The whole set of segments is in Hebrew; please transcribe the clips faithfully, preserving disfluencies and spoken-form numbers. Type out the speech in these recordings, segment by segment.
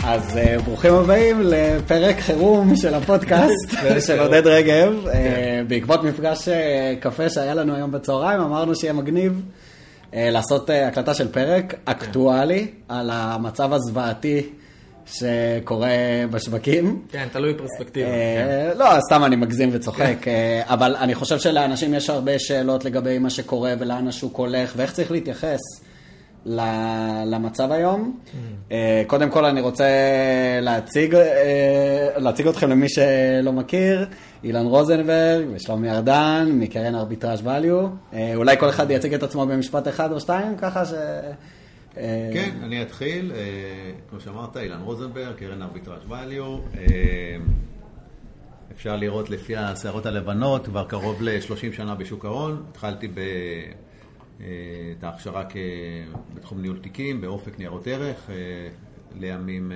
אז ברוכים הבאים לפרק חירום של הפודקאסט של עודד רגב. בעקבות מפגש קפה שהיה לנו היום בצהריים, אמרנו שיהיה מגניב לעשות הקלטה של פרק אקטואלי על המצב הזוועתי שקורה בשווקים. כן, תלוי פרספקטיבה. לא, סתם אני מגזים וצוחק, אבל אני חושב שלאנשים יש הרבה שאלות לגבי מה שקורה ולאן השוק הולך ואיך צריך להתייחס למצב היום. קודם כל אני רוצה להציג, להציג אתכם למי שלא מכיר, אילן רוזנברג ושלומי ארדן מקרן ארביטראז' ואליו. אולי כל אחד יציג את עצמו במשפט אחד או שתיים, ככה ש... כן, אני אתחיל. כמו שאמרת, אילן רוזנברג, קרן ארביטראז' ואליו. אפשר לראות לפי השערות הלבנות, כבר קרוב ל-שלושים שנה בשוק ההון. התחלתי ב... את ההכשרה בתחום ניהול תיקים, באופק ניירות ערך, לימים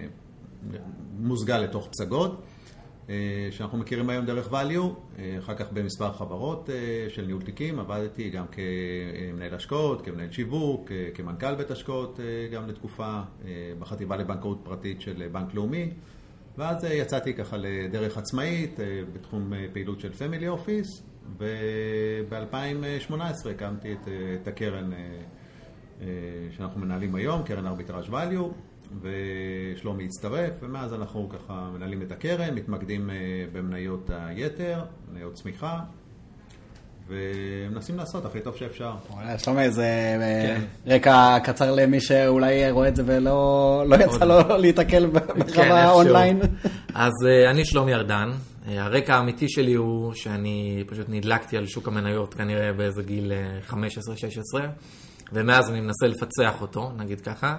מוסגה לתוך פסגות, שאנחנו מכירים היום דרך value. אחר כך במספר חברות של ניהול תיקים, עבדתי גם כמנהל השקעות, כמנהל שיווק, כמנכ"ל בית השקעות, גם לתקופה בחטיבה לבנקאות פרטית של בנק לאומי, ואז יצאתי ככה לדרך עצמאית בתחום פעילות של פמילי אופיס, וב-אלפיים שמונה עשרה הקמתי את, את הקרן שאנחנו מנהלים היום, קרן ארביטראז' ואליו, ושלומי הצטרף, ומאז אנחנו ככה מנהלים את הקרן, מתמקדים במניות היתר, מניות צמיחה, ומנסים לעשות הכי טוב שאפשר. שלומי, זה רקע קצר למי שאולי רואה את זה ולא לא יצא לו להתקל ברמה אונליין. אז אני שלומי ארדן. הרקע האמיתי שלי הוא שאני פשוט נדלקתי על שוק המניות כנראה באיזה גיל חמש עשרה שש עשרה, ומאז אני מנסה לפצח אותו, נגיד ככה.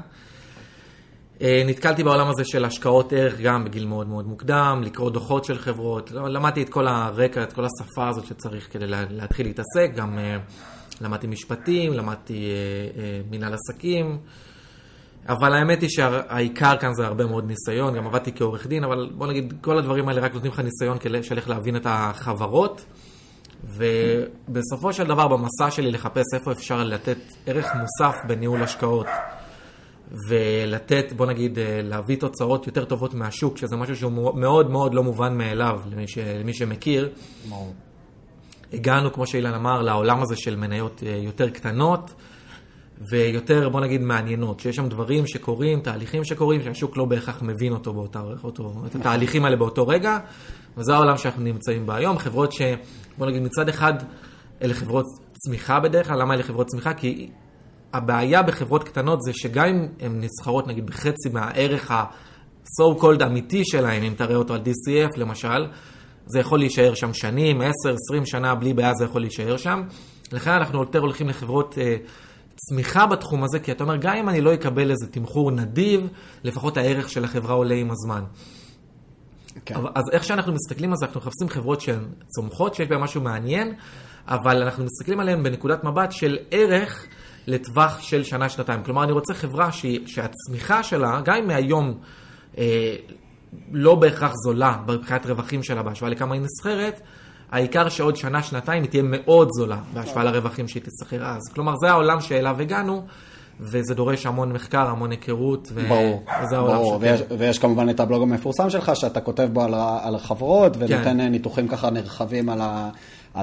נתקלתי בעולם הזה של השקעות ערך גם בגיל מאוד מאוד מוקדם, לקרוא דוחות של חברות, למדתי את כל הרקע, את כל השפה הזאת שצריך כדי להתחיל להתעסק, גם למדתי משפטים, למדתי מנהל עסקים, אבל האמת היא שהעיקר כאן זה הרבה מאוד ניסיון, גם עבדתי כעורך דין, אבל בוא נגיד, כל הדברים האלה רק נותנים לך ניסיון של איך להבין את החברות, ובסופו של דבר במסע שלי לחפש איפה אפשר לתת ערך מוסף בניהול השקעות, ולתת, בוא נגיד, להביא תוצאות יותר טובות מהשוק, שזה משהו שהוא מאוד מאוד לא מובן מאליו למי, ש... למי שמכיר. הגענו, כמו שאילן אמר, לעולם הזה של מניות יותר קטנות, ויותר, בוא נגיד, מעניינות, שיש שם דברים שקורים, תהליכים שקורים, שהשוק לא בהכרח מבין אותו באותה, אותו, את התהליכים האלה באותו רגע, וזה העולם שאנחנו נמצאים בה היום. חברות ש, בוא נגיד, מצד אחד, אלה חברות צמיחה בדרך כלל. למה אלה חברות צמיחה? כי הבעיה בחברות קטנות זה שגם אם הן נסחרות, נגיד, בחצי מהערך ה-so called אמיתי שלהם, אם תראה אותו על די סי אף למשל, זה יכול להישאר שם שנים, עשר עשרים שנה, בלי בעיה זה יכול להישאר שם. לכן אנחנו יותר הולכים לחברות צמיחה בתחום הזה, כי אתה אומר, גם אם אני לא אקבל איזה תמחור נדיב, לפחות הערך של החברה עולה עם הזמן. Okay. אז איך שאנחנו מסתכלים על זה, אנחנו מחפשים חברות שהן צומחות, שיש בהן משהו מעניין, אבל אנחנו מסתכלים עליהן בנקודת מבט של ערך לטווח של שנה, שנתיים. כלומר, אני רוצה חברה שהיא, שהצמיחה שלה, גם אם מהיום אה, לא בהכרח זולה מבחינת רווחים שלה בהשוואה לכמה היא נסחרת, העיקר שעוד שנה, שנתיים היא תהיה מאוד זולה בהשוואה לרווחים שהיא תסחר אז. כלומר, זה העולם שאליו הגענו, וזה דורש המון מחקר, המון היכרות, ו... ברור, וזה העולם ברור. ויש, ויש כמובן את הבלוג המפורסם שלך, שאתה כותב בו על, על החברות, ונותן כן. ניתוחים ככה נרחבים על, ה, על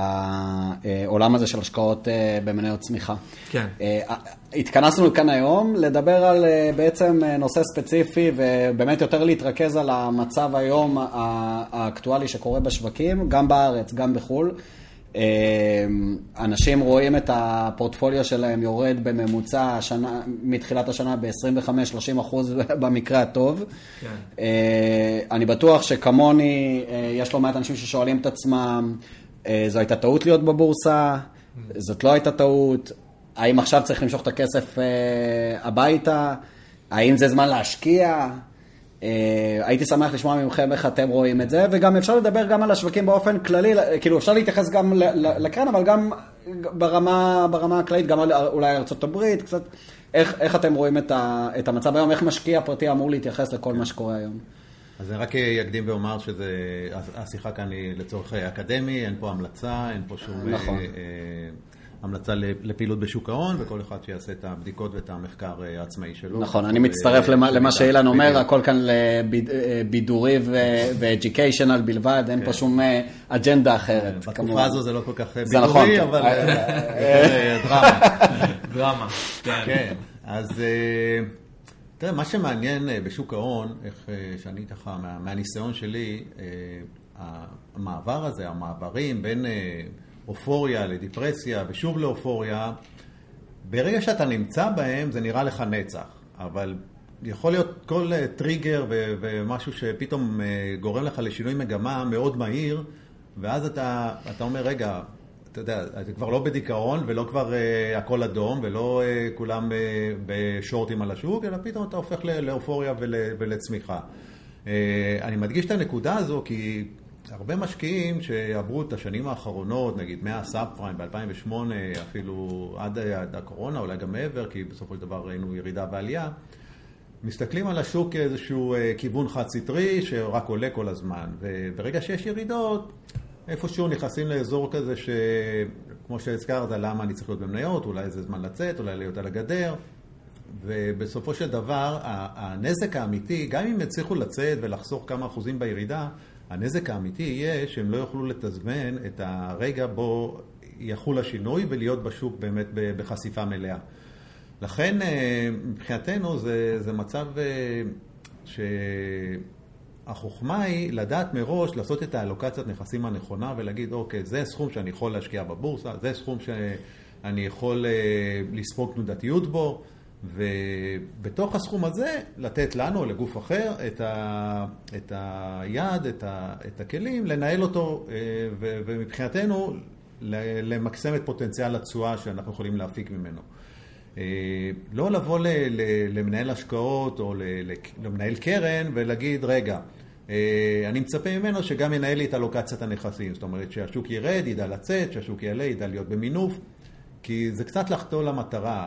העולם הזה של השקעות במניות צמיחה. כן. התכנסנו כאן היום לדבר על בעצם נושא ספציפי, ובאמת יותר להתרכז על המצב היום האקטואלי שקורה בשווקים, גם בארץ, גם בחול. אנשים רואים את הפורטפוליו שלהם יורד בממוצע השנה, מתחילת השנה ב-עשרים וחמש שלושים אחוז במקרה הטוב. כן. אני בטוח שכמוני יש לא מעט אנשים ששואלים את עצמם, זו הייתה טעות להיות בבורסה, זאת לא הייתה טעות, האם עכשיו צריך למשוך את הכסף הביתה, האם זה זמן להשקיע? הייתי שמח לשמוע ממכם איך אתם רואים את זה, וגם אפשר לדבר גם על השווקים באופן כללי, כאילו אפשר להתייחס גם לקרן, אבל גם ברמה, ברמה הכללית, גם אולי ארצות הברית, קצת, איך, איך אתם רואים את, ה, את המצב היום, איך משקיע פרטי אמור להתייחס לכל מה שקורה היום? אז אני רק יקדים ואומר שהשיחה כאן היא לצורך אקדמי, אין פה המלצה, אין פה שום... נכון. המלצה לפעילות בשוק ההון, וכל אחד שיעשה את הבדיקות ואת המחקר העצמאי שלו. נכון, אני מצטרף למה שאילן אומר, הכל כאן לבידורי ו-educational בלבד, אין פה שום אג'נדה אחרת. בתקופה הזו זה לא כל כך בידורי, אבל דרמה. דרמה, כן. אז תראה, מה שמעניין בשוק ההון, איך שאני ככה, מהניסיון שלי, המעבר הזה, המעברים בין אופוריה לדיפרסיה ושוב לאופוריה, ברגע שאתה נמצא בהם זה נראה לך נצח, אבל יכול להיות כל טריגר ומשהו שפתאום גורם לך לשינוי מגמה מאוד מהיר, ואז אתה, אתה אומר, רגע, אתה יודע, אתה כבר לא בדיכאון ולא כבר uh, הכל אדום ולא uh, כולם uh, בשורטים על השוק, אלא פתאום אתה הופך לאופוריה ול, ולצמיחה. Uh, אני מדגיש את הנקודה הזו כי הרבה משקיעים שעברו את השנים האחרונות, נגיד מהסאב פריים ב-אלפיים ושמונה, אפילו עד, עד הקורונה, אולי גם מעבר, כי בסופו של דבר ראינו ירידה ועלייה, מסתכלים על השוק כאיזשהו כיוון חד סטרי שרק עולה כל הזמן. וברגע שיש ירידות, איפשהו נכנסים לאזור כזה שכמו שהזכרת, למה אני צריך להיות במניות, אולי זה זמן לצאת, אולי להיות על הגדר. ובסופו של דבר, הנזק האמיתי, גם אם הצליחו לצאת ולחסוך כמה אחוזים בירידה, הנזק האמיתי יהיה שהם לא יוכלו לתזמן את הרגע בו יחול השינוי ולהיות בשוק באמת בחשיפה מלאה. לכן, מבחינתנו, זה, זה מצב שהחוכמה היא לדעת מראש, לעשות את האלוקציית נכסים הנכונה ולהגיד, אוקיי, זה סכום שאני יכול להשקיע בבורסה, זה סכום שאני יכול לספוג תנודתיות בו, ובתוך הסכום הזה לתת לנו, לגוף אחר, את, ה, את היד, את, ה, את הכלים, לנהל אותו, ו, ומבחינתנו, למקסם את פוטנציאל התשואה שאנחנו יכולים להפיק ממנו. לא לבוא למנהל השקעות או למנהל קרן ולהגיד, רגע, אני מצפה ממנו שגם ינהל לי את אלוקציית הנכסים. זאת אומרת, שהשוק ירד, ידע לצאת, שהשוק יעלה, ידע להיות במינוף, כי זה קצת לחטוא למטרה.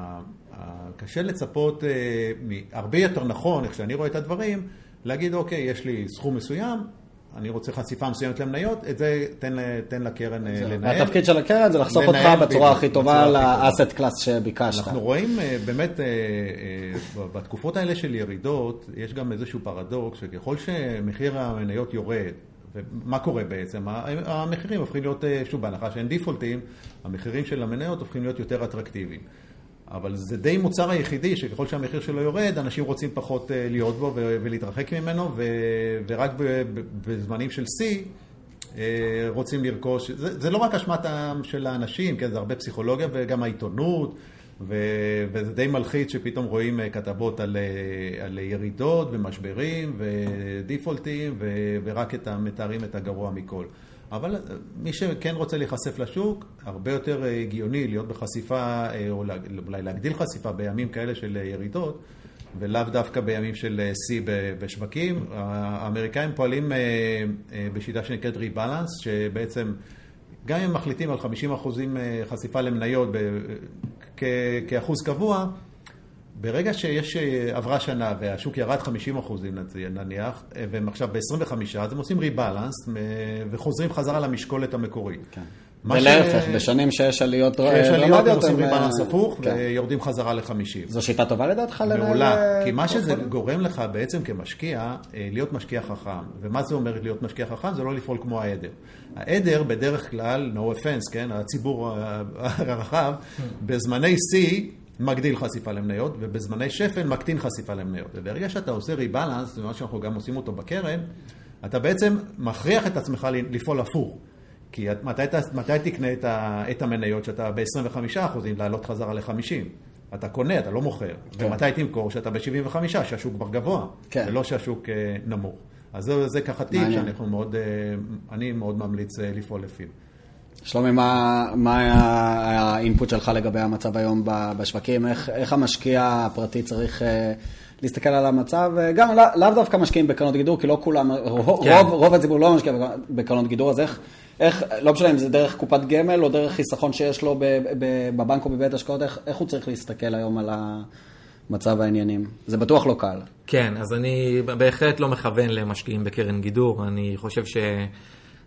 קשה לצפות, הרבה יותר נכון, איך שאני רואה את הדברים, להגיד, אוקיי, יש לי סכום מסוים, אני רוצה חשיפה מסוימת למניות, את זה תן, תן לקרן לנהל. התפקיד של הקרן זה לחשוף אותך בצורה הכי טובה לאסט קלאס שביקשת. אנחנו רואים באמת, בתקופות האלה של ירידות, יש גם איזשהו פרדוקס, שככל שמחיר המניות יורד, ומה קורה בעצם? המחירים הופכים להיות, שוב, בהנחה שאין דיפולטים, המחירים של המניות הופכים להיות יותר אטרקטיביים. אבל זה די מוצר היחידי שככל שהמחיר שלו יורד, אנשים רוצים פחות להיות בו ולהתרחק ממנו, ורק בזמנים של C רוצים לרכוש. זה, זה לא רק אשמתם של האנשים, כן? זה הרבה פסיכולוגיה וגם העיתונות, וזה די מלחיץ שפתאום רואים כתבות על, על ירידות ומשברים ודיפולטים, ורק את המתארים את הגרוע מכל. אבל מי שכן רוצה להיחשף לשוק, הרבה יותר הגיוני להיות בחשיפה, או אולי להגדיל חשיפה בימים כאלה של ירידות, ולאו דווקא בימים של C בשווקים. האמריקאים פועלים בשיטה שנקראת ריבלנס, שבעצם גם אם מחליטים על חמישים אחוזים חשיפה למניות כאחוז קבוע, ברגע שיש עברה שנה והשוק ירד חמישים אחוזים נניח, והם עכשיו ב-עשרים וחמש, אז הם עושים ריבלנס וחוזרים חזרה למשקולת המקורית. כן. ולהפך, בשנים שיש עליות דרמטיות, יש עליות, הם עושים ריבלנס הפוך ויורדים חזרה ל-חמישים. זו שיטה טובה לדעתך לנהל? מעולה, כי מה שזה גורם לך בעצם כמשקיע, להיות משקיע חכם. ומה זה אומר להיות משקיע חכם? זה לא לפעול כמו העדר. העדר בדרך כלל, no offense, כן, הציבור הרחב, בזמני C, מגדיל חשיפה למניות, ובזמני שפל מקטין חשיפה למניות. וברגע שאתה עושה ריבלנס, ומה שאנחנו גם עושים אותו בקרן, אתה בעצם מכריח את עצמך לפעול הפוך. כי מתי, מתי תקנה את, ה, את המניות שאתה ב-עשרים וחמישה אחוזים לעלות חזרה ל-חמישים? אתה קונה, אתה לא מוכר. כן. ומתי תמכור שאתה ב-שבעים וחמש, שהשוק כבר גבוה, כן. ולא שהשוק נמוך. אז זה, זה ככה טיפ שאנחנו מאוד, אני מאוד ממליץ לפעול לפיו. שלומי, מה, מה האינפוט שלך לגבי המצב היום בשווקים? איך, איך המשקיע הפרטי צריך להסתכל על המצב? גם לא, לאו דווקא משקיעים בקרנות גידור, כי לא כולם, רוב, כן. רוב, רוב הציבור לא משקיע בקרנות גידור, אז איך, איך, לא משנה אם זה דרך קופת גמל או דרך חיסכון שיש לו בבנק או בבית השקעות, איך, איך הוא צריך להסתכל היום על המצב העניינים? זה בטוח לא קל. כן, אז אני בהחלט לא מכוון למשקיעים בקרן גידור, אני חושב ש...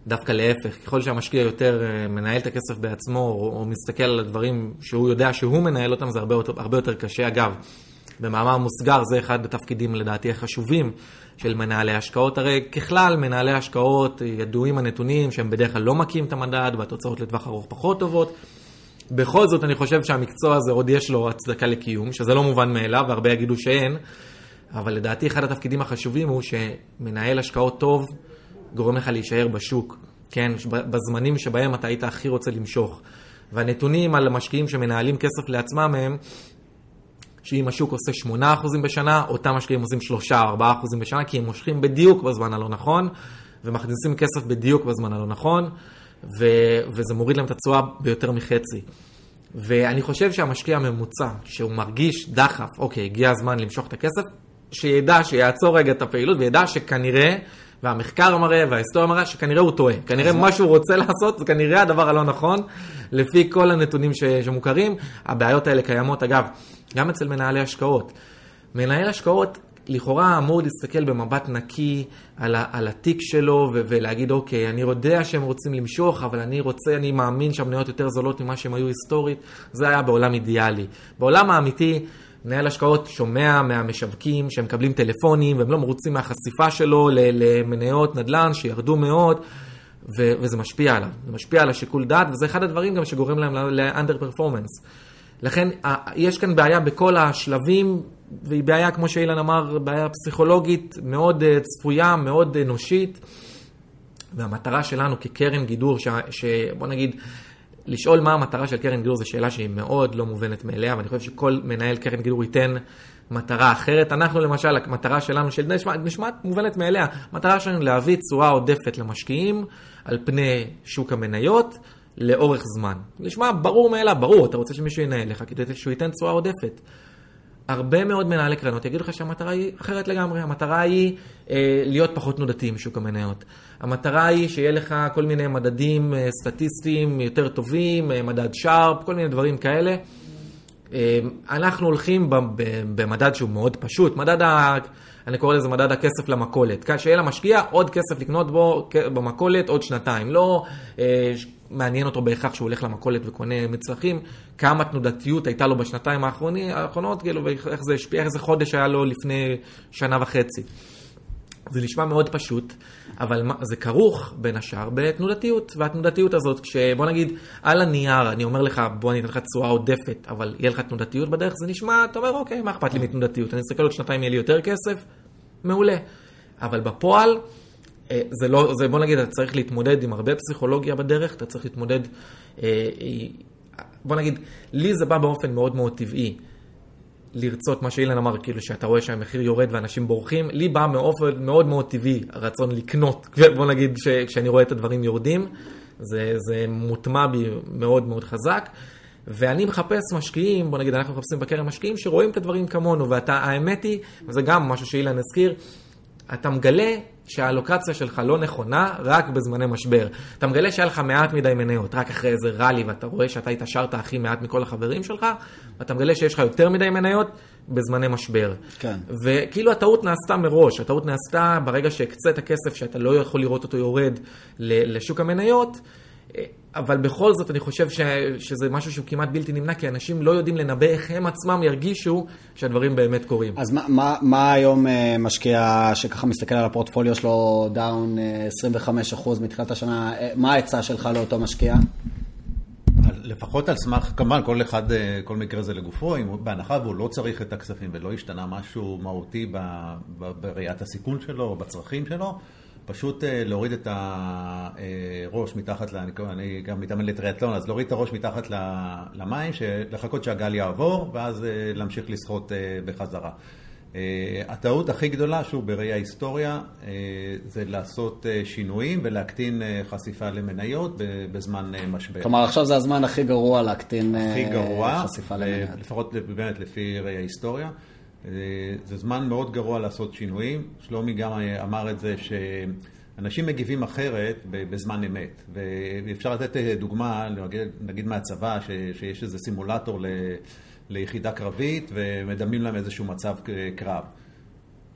דווקא להפך, ככל שהמשקיע יותר מנהל את הכסף בעצמו, או, או מסתכל על הדברים שהוא יודע שהוא מנהל אותם, זה הרבה, הרבה יותר קשה. אגב, במאמר מוסגר, זה אחד התפקידים לדעתי החשובים של מנהלי השקעות. הרי ככלל, מנהלי השקעות ידועים הנתונים שהם בדרך כלל לא מקים את המדד, והתוצאות לטווח ארוך פחות טובות. בכל זאת, אני חושב שהמקצוע הזה עוד יש לו הצדקה לקיום, שזה לא מובן מאליו, והרבה יגידו שאין, אבל לדעתי אחד התפקידים החשובים הוא שמנהל השקעות טוב גורם לך להישאר בשוק, כן? בזמנים שבהם אתה היית הכי רוצה למשוך. והנתונים על המשקיעים שמנהלים כסף לעצמם הם, שאם השוק עושה שמונה אחוז בשנה, אותם משקיעים עושים שלושה ארבעה אחוז בשנה, כי הם מושכים בדיוק בזמן הלא נכון, ומכניסים כסף בדיוק בזמן הלא נכון, ו- וזה מוריד להם את התשואה ביותר מחצי. ואני חושב שהמשקיע הממוצע, שהוא מרגיש דחף, אוקיי, הגיע הזמן למשוך את הכסף, שידע, שיעצור רגע את הפעילות, וידע שכנראה, והמחקר מראה, וההיסטוריה מראה, שכנראה הוא טועה. כנראה מה שהוא רוצה לעשות, זה כנראה הדבר הלא נכון, לפי כל הנתונים ש- שמוכרים. הבעיות האלה קיימות, אגב, גם אצל מנהלי השקעות. מנהל השקעות, לכאורה אמור להסתכל במבט נקי על, ה- על התיק שלו, ו- ולהגיד, אוקיי, אני יודע שהם רוצים למשוך, אבל אני רוצה, אני מאמין שהמניות יותר זולות ממה שהם היו היסטורית. זה היה בעולם אידיאלי. בעולם האמיתי, מנהל השקעות שומע מהמשווקים שהם מקבלים טלפונים, והם לא מרוצים מהחשיפה שלו למניות נדל"ן שירדו מאוד, ו- וזה משפיע עליו. זה משפיע על השיקול דעת, וזה אחד הדברים גם שגורם להם ל-under performance. לכן, יש כאן בעיה בכל השלבים, והיא בעיה, כמו שאילן אמר, בעיה פסיכולוגית מאוד צפויה, מאוד אנושית, והמטרה שלנו כקרן גידור, ש- שבוא נגיד, לשאול מה המטרה של קרן גידור, זו שאלה שהיא מאוד לא מובנת מאליה, ואני חושב שכל מנהל קרן גידור ייתן מטרה אחרת. אנחנו למשל, המטרה שלנו, של נשמעת מובנת מאליה, המטרה שלנו להביא תשואה עודפת למשקיעים, על פני שוק המניות, לאורך זמן. נשמע ברור מאליו, ברור, אתה רוצה שמישהו ינהל לך, כדי שהוא ייתן תשואה עודפת. הרבה מאוד מנהלי קרנות יגידו לך שהמטרה היא אחרת לגמרי. המטרה היא אה, להיות פחות תנודתיים בשוק המניות. המטרה היא שיהיה לך כל מיני מדדים אה, סטטיסטיים יותר טובים, אה, מדד שרפ, כל מיני דברים כאלה. אה, אנחנו הולכים ב- ב- במדד שהוא מאוד פשוט. מדד, ה, אני קורא לזה מדד הכסף למקולת. שיהיה למשקיע עוד כסף לקנות בו במקולת עוד שנתיים. לא אה, מעניין אותו בהכרח שהוא הולך למקולת וקונה מצרכים, כמה תנודתיות הייתה לו בשנתיים האחרונות, כאילו, ואיך זה השפיע, איזה חודש היה לו לפני שנה וחצי. זה נשמע מאוד פשוט, אבל זה כרוך בין השאר בתנודתיות, והתנודתיות הזאת, כשבוא נגיד, על הנייר, אני אומר לך, בוא אני אתן לך תשואה עודפת, אבל יהיה לך תנודתיות בדרך, זה נשמע, אתה אומר, אוקיי, מה אכפת לי מתנודתיות? אני אסתכל עוד שנתיים, יהיה לי יותר כסף, מעולה. אבל בפועל, זה לא, זה בוא נגיד, אתה צריך להתמודד עם הרבה פסיכולוגיה בדרך, אתה צריך להתמודד, בוא נגיד, לי זה בא באופן מאוד מאוד טבעי, לרצות מה שאילן אמר, כאילו שאתה רואה שהמחיר יורד ואנשים בורחים, לי בא מאופן מאוד מאוד טבעי הרצון לקנות, בוא נגיד כשאני רואה את הדברים יורדים, זה, זה מוטמע בי מאוד מאוד חזק, ואני מחפש משקיעים, בוא נגיד, אנחנו מחפשים בקרן משקיעים שרואים את הדברים כמונו, ואתה, האמת היא, וזה גם משהו שאילן הזכיר, אתה מגלה שהאלוקציה שלך לא נכונה רק בזמני משבר. אתה מגלה שהיה לך מעט מדי מניות, רק אחרי איזה רלי, ואתה רואה שאתה התעשרת הכי מעט מכל החברים שלך, ואתה מגלה שיש לך יותר מדי מניות בזמני משבר. כן. וכאילו הטעות נעשתה מראש, הטעות נעשתה ברגע שהקצת הכסף שאתה לא יכול לראות אותו יורד לשוק המניות, אבל בכל זאת אני חושב ש, שזה משהו שהוא כמעט בלתי נמנע, כי אנשים לא יודעים לנבא איך הם עצמם ירגישו שהדברים באמת קורים. אז מה, מה, מה היום משקיע שככה מסתכל על הפורטפוליו שלו דאון עשרים וחמישה אחוז מתחילת השנה, מה ההצעה שלך לאותו משקיע? לפחות על סמך, כמובן כל אחד, כל מקרה זה לגופו, בהנחה והוא לא צריך את הכספים ולא השתנה משהו מהותי בראיית הסיכון שלו או בצרכים שלו, פשוט להוריד את הראש מתחת, אני גם מתאמן לטריאטלון, אז להוריד את הראש מתחת למים, לחכות שהגל יעבור, ואז להמשיך לשחות בחזרה. הטעות הכי גדולה, שהוא בראי ההיסטוריה, זה לעשות שינויים ולהקטין חשיפה למניות בזמן משבר. כלומר, עכשיו זה הזמן הכי גרוע להקטין הכי גרוע, חשיפה למניות. לפחות באמת לפי ראי ההיסטוריה. זה זמן מאוד גרוע לעשות שינויים. שלומי גם אמר את זה שאנשים מגיבים אחרת בזמן אמת. ואפשר לתת דוגמה, נגיד מהצבא, שיש איזה סימולטור ליחידה קרבית ומדמים להם איזשהו מצב קרב.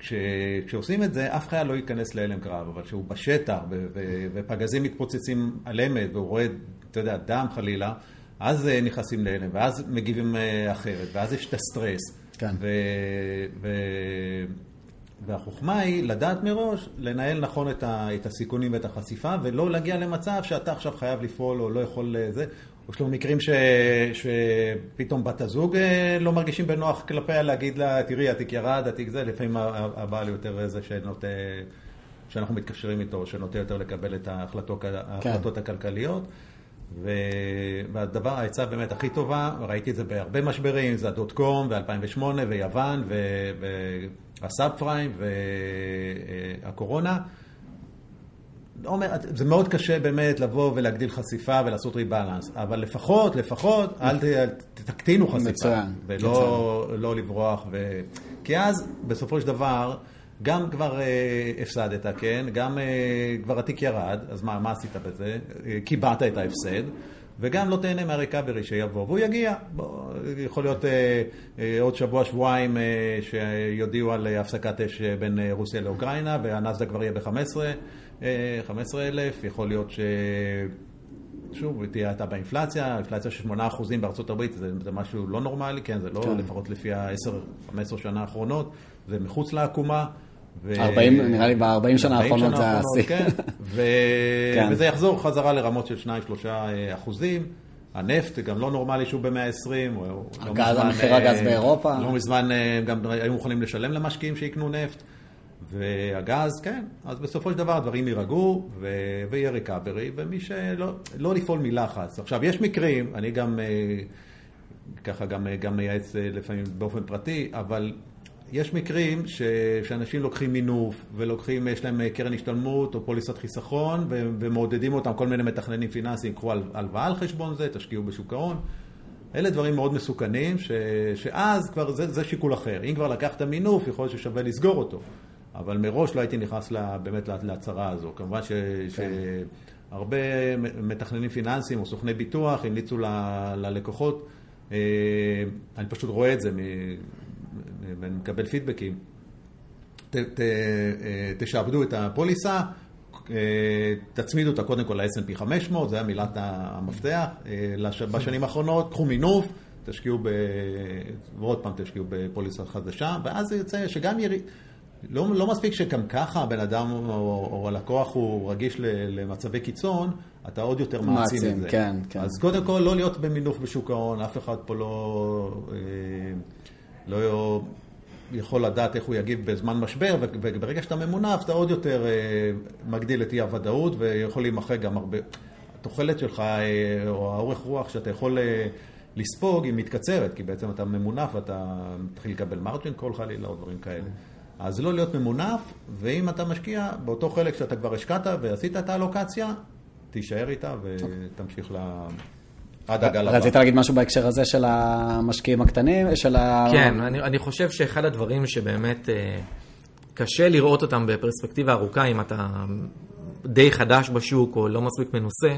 כש, כשעושים את זה, אף חייל לא ייכנס להלם קרב, אבל כשהוא בשטח, ו, ו, ופגזים מתפוצצים על אמת, והוא רואה, אתה יודע, דם חלילה, אז נכנסים להלם, ואז מגיבים אחרת, ואז יש את הסטרס. כן. ו, ו, והחוכמה היא לדעת מראש, לנהל נכון את, ה, את הסיכונים ואת החשיפה, ולא להגיע למצב שאתה עכשיו חייב לפעול או לא יכול לזה. יש לו מקרים ש, שפתאום בת הזוג לא מרגישים בנוח כלפיה להגיד לה, תראי, התיק ירד, התיק זה, לפעמים הבעל יותר זה שנוטה, שאנחנו מתקשרים איתו, שנוטה יותר לקבל את ההחלטות, ההחלטות כן. הכלכליות. והדבר, ההצעה באמת הכי טובה, ראיתי את זה בהרבה משברים, זה הדוט קום ב-אלפיים ושמונה ויוון והסאב פריים והקורונה. זה מאוד קשה באמת לבוא ולהגדיל חשיפה ולעשות ריבלנס, אבל לפחות, לפחות, אל תקטינו חשיפה, ולא לא לברוח. ו... כי אז, בסופו של דבר, גם כבר uh, הפסדת, כן? גם uh, כבר התיק ירד, אז מה, מה עשית בזה? קיבעת את ההפסד, וגם לא תהנה מהריקאברי שיבוא, והוא יגיע. בוא, יכול להיות uh, uh, עוד שבוע, שבועיים uh, שיודיעו על הפסקת אש בין uh, רוסיה לאוקראינה, והנסד"ק כבר יהיה ב-חמש עשרה אלף, יכול להיות ש... שוב, תהיה הייתה באינפלציה, אינפלציה של שמונה אחוזים בארצות הברית, זה, זה משהו לא נורמלי, כן, זה לא, כן. לפחות לפי ה-עשר חמש עשרה שנה האחרונות, זה מחוץ לעקומה. ו... ארבעים, נראה לי ב-ארבעים שנה האחרונות זה העשי. כן, ו... כן. וזה יחזור חזרה לרמות של שניים שלושה אחוזים. הנפט גם לא נורמלי שהוא ב-מאה ועשרים. הגז, המחיר הגז באירופה. לא מזמן גם היו מוכנים לשלם למשקיעים שיקנו נפט. והגז, כן, אז בסופו של דבר הדברים יירגעו ו- ויהיה ריקאברי, ומי שלא לא לפעול מלחץ. עכשיו, יש מקרים, אני גם ככה גם, גם מייעץ לפעמים באופן פרטי, אבל יש מקרים ש- שאנשים לוקחים מינוף, ולוקחים, יש להם קרן השתלמות או פוליסת חיסכון, ו- ומעודדים אותם כל מיני מתכננים פיננסיים, קחו הלוואה על חשבון זה, תשקיעו בשוק ההון. אלה דברים מאוד מסוכנים, ש- שאז כבר זה, זה שיקול אחר. אם כבר לקחת מינוף, יכול להיות ששווה לסגור אותו. אבל מראש לא הייתי נכנס לה, באמת להצהרה הזו. כמובן ש, כן. שהרבה מתכננים פיננסיים או סוכני ביטוח המליצו ל, ללקוחות, אני פשוט רואה את זה ואני מקבל פידבקים. ת, ת, תשעבדו את הפוליסה, תצמידו אותה קודם כל ל-אס אנד פי חמש מאות, זה היה מילת המפתח. בשנים האחרונות, קחו מינוף, תשקיעו ב... ועוד פעם תשקיעו בפוליסה חדשה, ואז זה יוצא שגם יריד... לא, לא מספיק שגם ככה הבן אדם או, או הלקוח הוא רגיש למצבי קיצון, אתה עוד יותר מעצים את זה. כן, כן. אז קודם כל לא להיות במינוף בשוק ההון, אף אחד פה לא, לא יכול לדעת איך הוא יגיב בזמן משבר, וברגע שאתה ממונף אתה עוד יותר מגדיל את אי הוודאות, ויכול להימחק גם הרבה. התוחלת שלך או האורך רוח שאתה יכול לספוג היא מתקצרת, כי בעצם אתה ממונף ואתה מתחיל לקבל מרג'ין כל חלילה או דברים כאלה. אז לא להיות ממונף, ואם אתה משקיע באותו חלק שאתה כבר השקעת ועשית את האלוקציה, תישאר איתה ותמשיך עד הגל הבא. רצית להגיד משהו בהקשר הזה של המשקיעים הקטנים? של ה... כן, אני, אני חושב שאחד הדברים שבאמת קשה לראות אותם בפרספקטיבה ארוכה, אם אתה די חדש בשוק או לא מספיק מנוסה,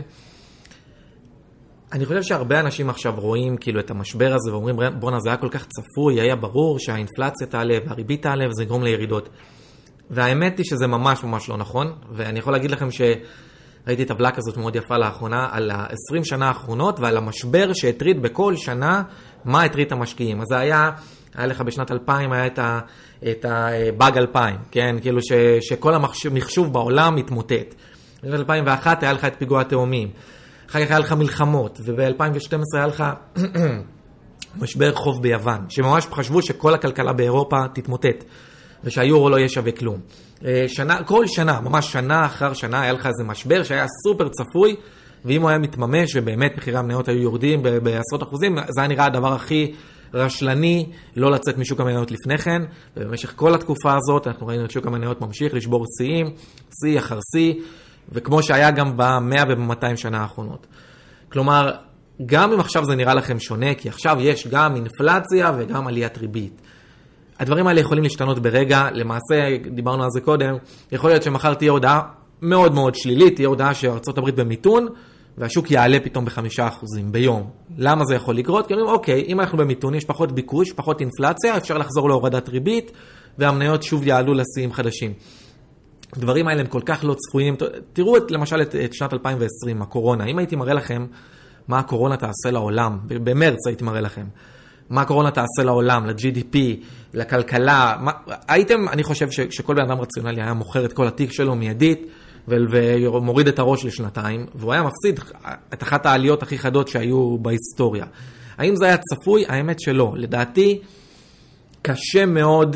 אני חושב שהרבה אנשים עכשיו רואים כאילו את המשבר הזה ואומרים, בונה, זה היה כל כך צפוי, היה ברור שהאינפלציה תעלה והריבית תעלה וזה יגרום לירידות. והאמת היא שזה ממש ממש לא נכון, ואני יכול להגיד לכם שראיתי טבלה כזאת מאוד יפה לאחרונה על ה-עשרים שנה האחרונות ועל המשבר שהטריד בכל שנה מה הטריד את המשקיעים. אז זה היה, היה לך בשנת אלפיים, היה את, ה, את הבאג אלפיים, כן? כאילו ש, שכל המחשוב בעולם מתמוטט. בשנת אלפיים ואחת היה לך את פיגוע התאומים. אחר כך היה לך מלחמות, וב-אלפיים ושתים עשרה היה לך משבר חוב ביוון, שממש חשבו שכל הכלכלה באירופה תתמוטט, ושהיורו לא יהיה שווה כלום. שנה, כל שנה, ממש שנה אחר שנה, היה לך איזה משבר שהיה סופר צפוי, ואם הוא היה מתממש, ובאמת מחירי המניות היו יורדים בעשרות אחוזים, זה היה נראה הדבר הכי רשלני, לא לצאת משוק המניות לפני כן, ובמשך כל התקופה הזאת, אנחנו ראינו את שוק המניות ממשיך לשבור שיאים, שיא אחר שיא, וכמו שהיה גם ב-מאה וב-מאתיים שנה האחרונות. כלומר, גם אם עכשיו זה נראה לכם שונה, כי עכשיו יש גם אינפלציה וגם עליית ריבית. הדברים האלה יכולים להשתנות ברגע, למעשה, דיברנו על זה קודם, יכול להיות שמחר תהיה הודעה מאוד מאוד שלילית, תהיה הודעה שארצות הברית במיתון, והשוק יעלה פתאום בחמישה אחוזים ביום. למה זה יכול לקרות? כי אומרים, אוקיי, אם אנחנו במיתון, יש פחות ביקוש, פחות אינפלציה, אפשר לחזור להורדת ריבית, והמניות שוב יעלו לשיאים חדשים. הדברים האלה הם כל כך לא צפויים. תראו את, למשל את, את שנת אלפיים ועשרים, הקורונה. אם הייתי מראה לכם מה הקורונה תעשה לעולם, במרץ הייתי מראה לכם, מה הקורונה תעשה לעולם, ל-ג'י די פי, לכלכלה, מה, הייתם, אני חושב ש, שכל בן אדם רציונלי היה מוכר את כל התיק שלו מיידית, ומוריד את הראש לשנתיים, והוא היה מפסיד את אחת העליות הכי חדות שהיו בהיסטוריה. האם זה היה צפוי? האמת שלא. לדעתי, קשה מאוד,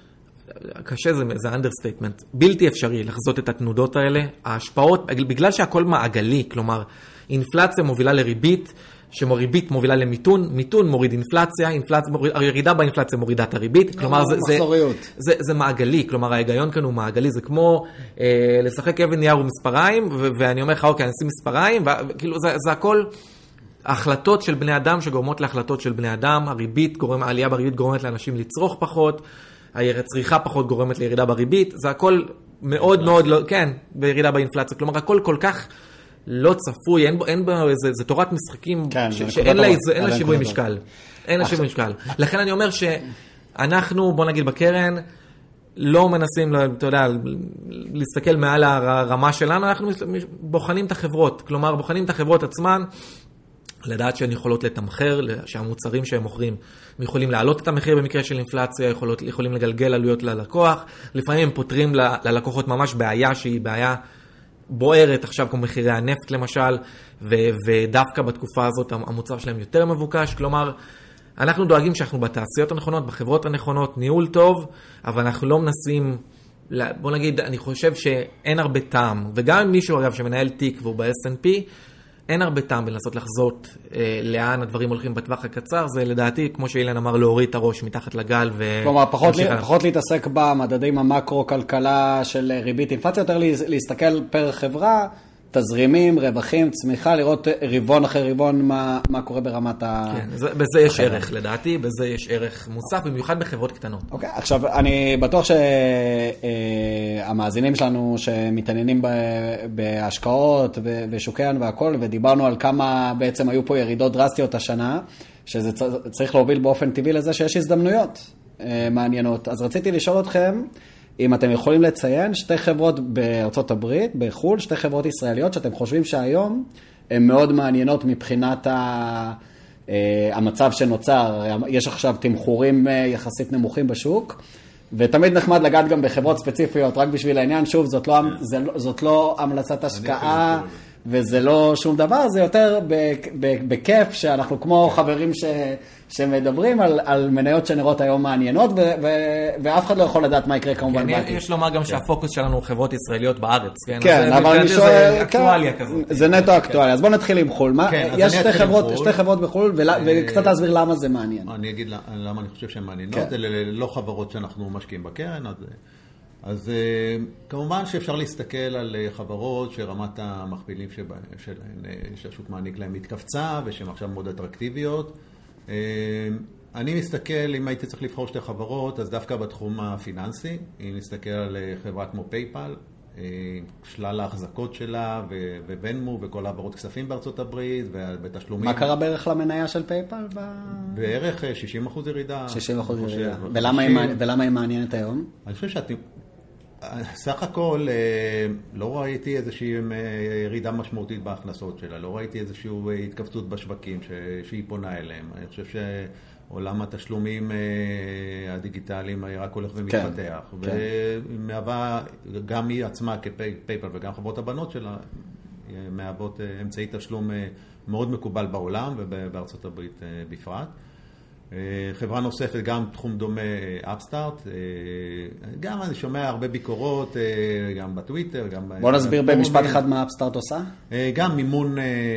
קשה זה, זה understatement, בלתי אפשרי לחזות את התנודות האלה. ההשפעות, בגלל שהכל מעגלי, כלומר, אינפלציה מובילה לריבית, שריבית מובילה למיתון, מיתון מוריד אינפלציה, אינפלציה, הירידה באינפלציה מורידה את הריבית, כלומר זה, זה, זה, זה מעגלי, כלומר ההיגיון כאן הוא מעגלי, זה כמו אה, לשחק אבן נייר ומספריים, ו- ואני אומר לך, אוקיי, אני אשים מספריים, וכאילו זה, זה הכל החלטות של בני אדם שגורמות להחלטות של בני אדם, הריבית גורם, העלייה בריבית גורמת לאנשים לצרוך פחות, הצריכה פחות גורמת לירידה בריבית, זה הכל מאוד מאוד, לא, כן, בירידה באינפלציה, כלומר הכל כל כך לא צפוי, אין בו, אין בו איזה, זה תורת משחקים, כן, ש, שאין לה, אין לה שיווי משקל. אין לה שיווי משקל. לכן אני אומר שאנחנו, בוא נגיד בקרן, לא מנסים, אתה יודע, להסתכל מעל הרמה שלנו, אנחנו בוחנים את החברות. כלומר, בוחנים את החברות עצמן, לדעת שהן יכולות לתמחר, שהמוצרים שהם מוכרים, יכולים להעלות את המחיר במקרה של אינפלציה, יכולות, יכולים לגלגל עלויות ללקוח. לפעמים הם פותרים ל, ללקוחות ממש בעיה שהיא בעיה בוערת עכשיו כמו מחירי הנפט למשל, ו- ודווקא בתקופה הזאת המוצר שלהם יותר מבוקש, כלומר, אנחנו דואגים שאנחנו בתעשיות הנכונות, בחברות הנכונות, ניהול טוב, אבל אנחנו לא מנסים, בוא נגיד, אני חושב שאין הרבה טעם, וגם אם מישהו אגב שמנהל תיק והוא ב-אס אנד פי, אין הרבה טעם בלנסות לחזות אה, לאן הדברים הולכים בטווח הקצר, זה לדעתי, כמו שאילן אמר, להוריד את הראש מתחת לגל. ו... כלומר, פחות, לי, פחות להתעסק במדדים המקרו-כלכלה של ריבית אינפלציה, יותר להסתכל פר חברה, תזרימים, רווחים, צמיחה, לראות רבעון אחרי רבעון מה, מה קורה ברמת ה... כן, זה, בזה יש החברה. ערך לדעתי, בזה יש ערך מוסף, במיוחד בחברות קטנות. אוקיי, עכשיו אני בטוח שהמאזינים שלנו שמתעניינים בהשקעות ושוקי הון והכל, ודיברנו על כמה בעצם היו פה ירידות דרסטיות השנה, שזה צריך להוביל באופן טבעי לזה שיש הזדמנויות מעניינות. אז רציתי לשאול אתכם, אם אתם יכולים לציין שתי חברות בארצות הברית, בחול, שתי חברות ישראליות, שאתם חושבים שהיום הן מאוד מעניינות מבחינת ה... המצב שנוצר. יש עכשיו תמחורים יחסית נמוכים בשוק, ותמיד נחמד לגעת גם בחברות ספציפיות, רק בשביל העניין. שוב, זאת לא, זאת לא המלצת השקעה, וזה לא שום דבר, זה יותר בכיף שאנחנו כמו חברים ש... שמדברים על, על מניות שנראות היום מעניינות, ו, ו, ואף אחד לא יכול לדעת מה יקרה כמובן בעתיד. כן, יש לומר גם שהפוקוס שלנו הוא חברות ישראליות בארץ, כן? כן, אבל אני שואל, זה אקטואליה כזאת. זה נטו אקטואליה, אז בואו נתחיל עם חול. יש שתי חברות, שתי חברות בחול, וקצת להסביר למה זה מעניין. אני אגיד למה אני חושב שהן מעניינות, אלה לא חברות שאנחנו משקיעים בקרן, אז... אז כמובן שאפשר להסתכל על חברות שרמת המכפילים שלהן, שהשוק מעניק להן מתקפצה, ושהן עכשיו מאוד אטרקטיביות. אני מסתכל, אם הייתי צריך לבחור שתי חברות, אז דווקא בתחום הפיננסי, אם נסתכל על חברה כמו פייפל, שלל ההחזקות שלה, ובנמו, וכל העברות כספים בארצות הברית, ובתשלומים. מה קרה בערך למניה של פייפל? בערך שישים אחוז ירידה. שישים אחוז ירידה. ולמה היא מעניינת היום? אני חושב שאתם... סך הכל לא ראיתי איזושהי ירידה משמעותית בהכנסות שלה, לא ראיתי איזושהי התכווצות בשווקים שהיא פונה אליהם. אני חושב שעולם התשלומים הדיגיטליים רק הולך ומתפתח, ומהווה גם היא עצמה כפייפל וגם חברות הבנות שלה מהוות אמצעי תשלום מאוד מקובל בעולם ובארצות הברית בפרט. חברה נוספת, גם תחום דומה, אפסטארט, גם אני שומע הרבה ביקורות, גם בטוויטר, גם... בוא נסביר במשפט אחד מה אפסטארט עושה. גם מימון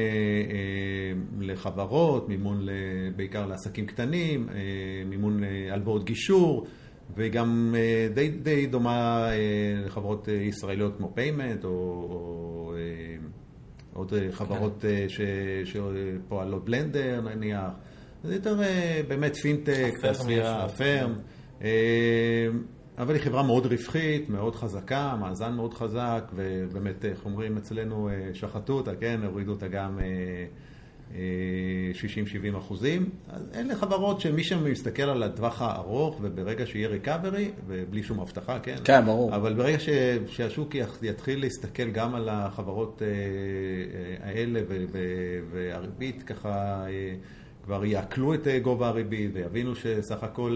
לחברות, מימון בעיקר לעסקים קטנים, מימון הלוואות גישור, וגם די, די דומה לחברות ישראליות כמו פיימנט, או עוד חברות שפועלות בלנדר נניח. זה יותר באמת פינטק, תעשייה, פרם, אבל היא חברה מאוד רווחית, מאוד חזקה, מאזן מאוד חזק, ובאמת, איך אומרים אצלנו, שחטו אותה, כן, הורידו אותה גם שישים שבעים אחוזים. אז אלה חברות שמי שמסתכל על הטווח הארוך, וברגע שיהיה ריקאברי, ובלי שום הבטחה, כן? כן, ברור. אבל ברגע ש, שהשוק יתחיל להסתכל גם על החברות האלה, והריבית ככה כבר יעקלו את גובה הריבית, ויבינו שסך הכל,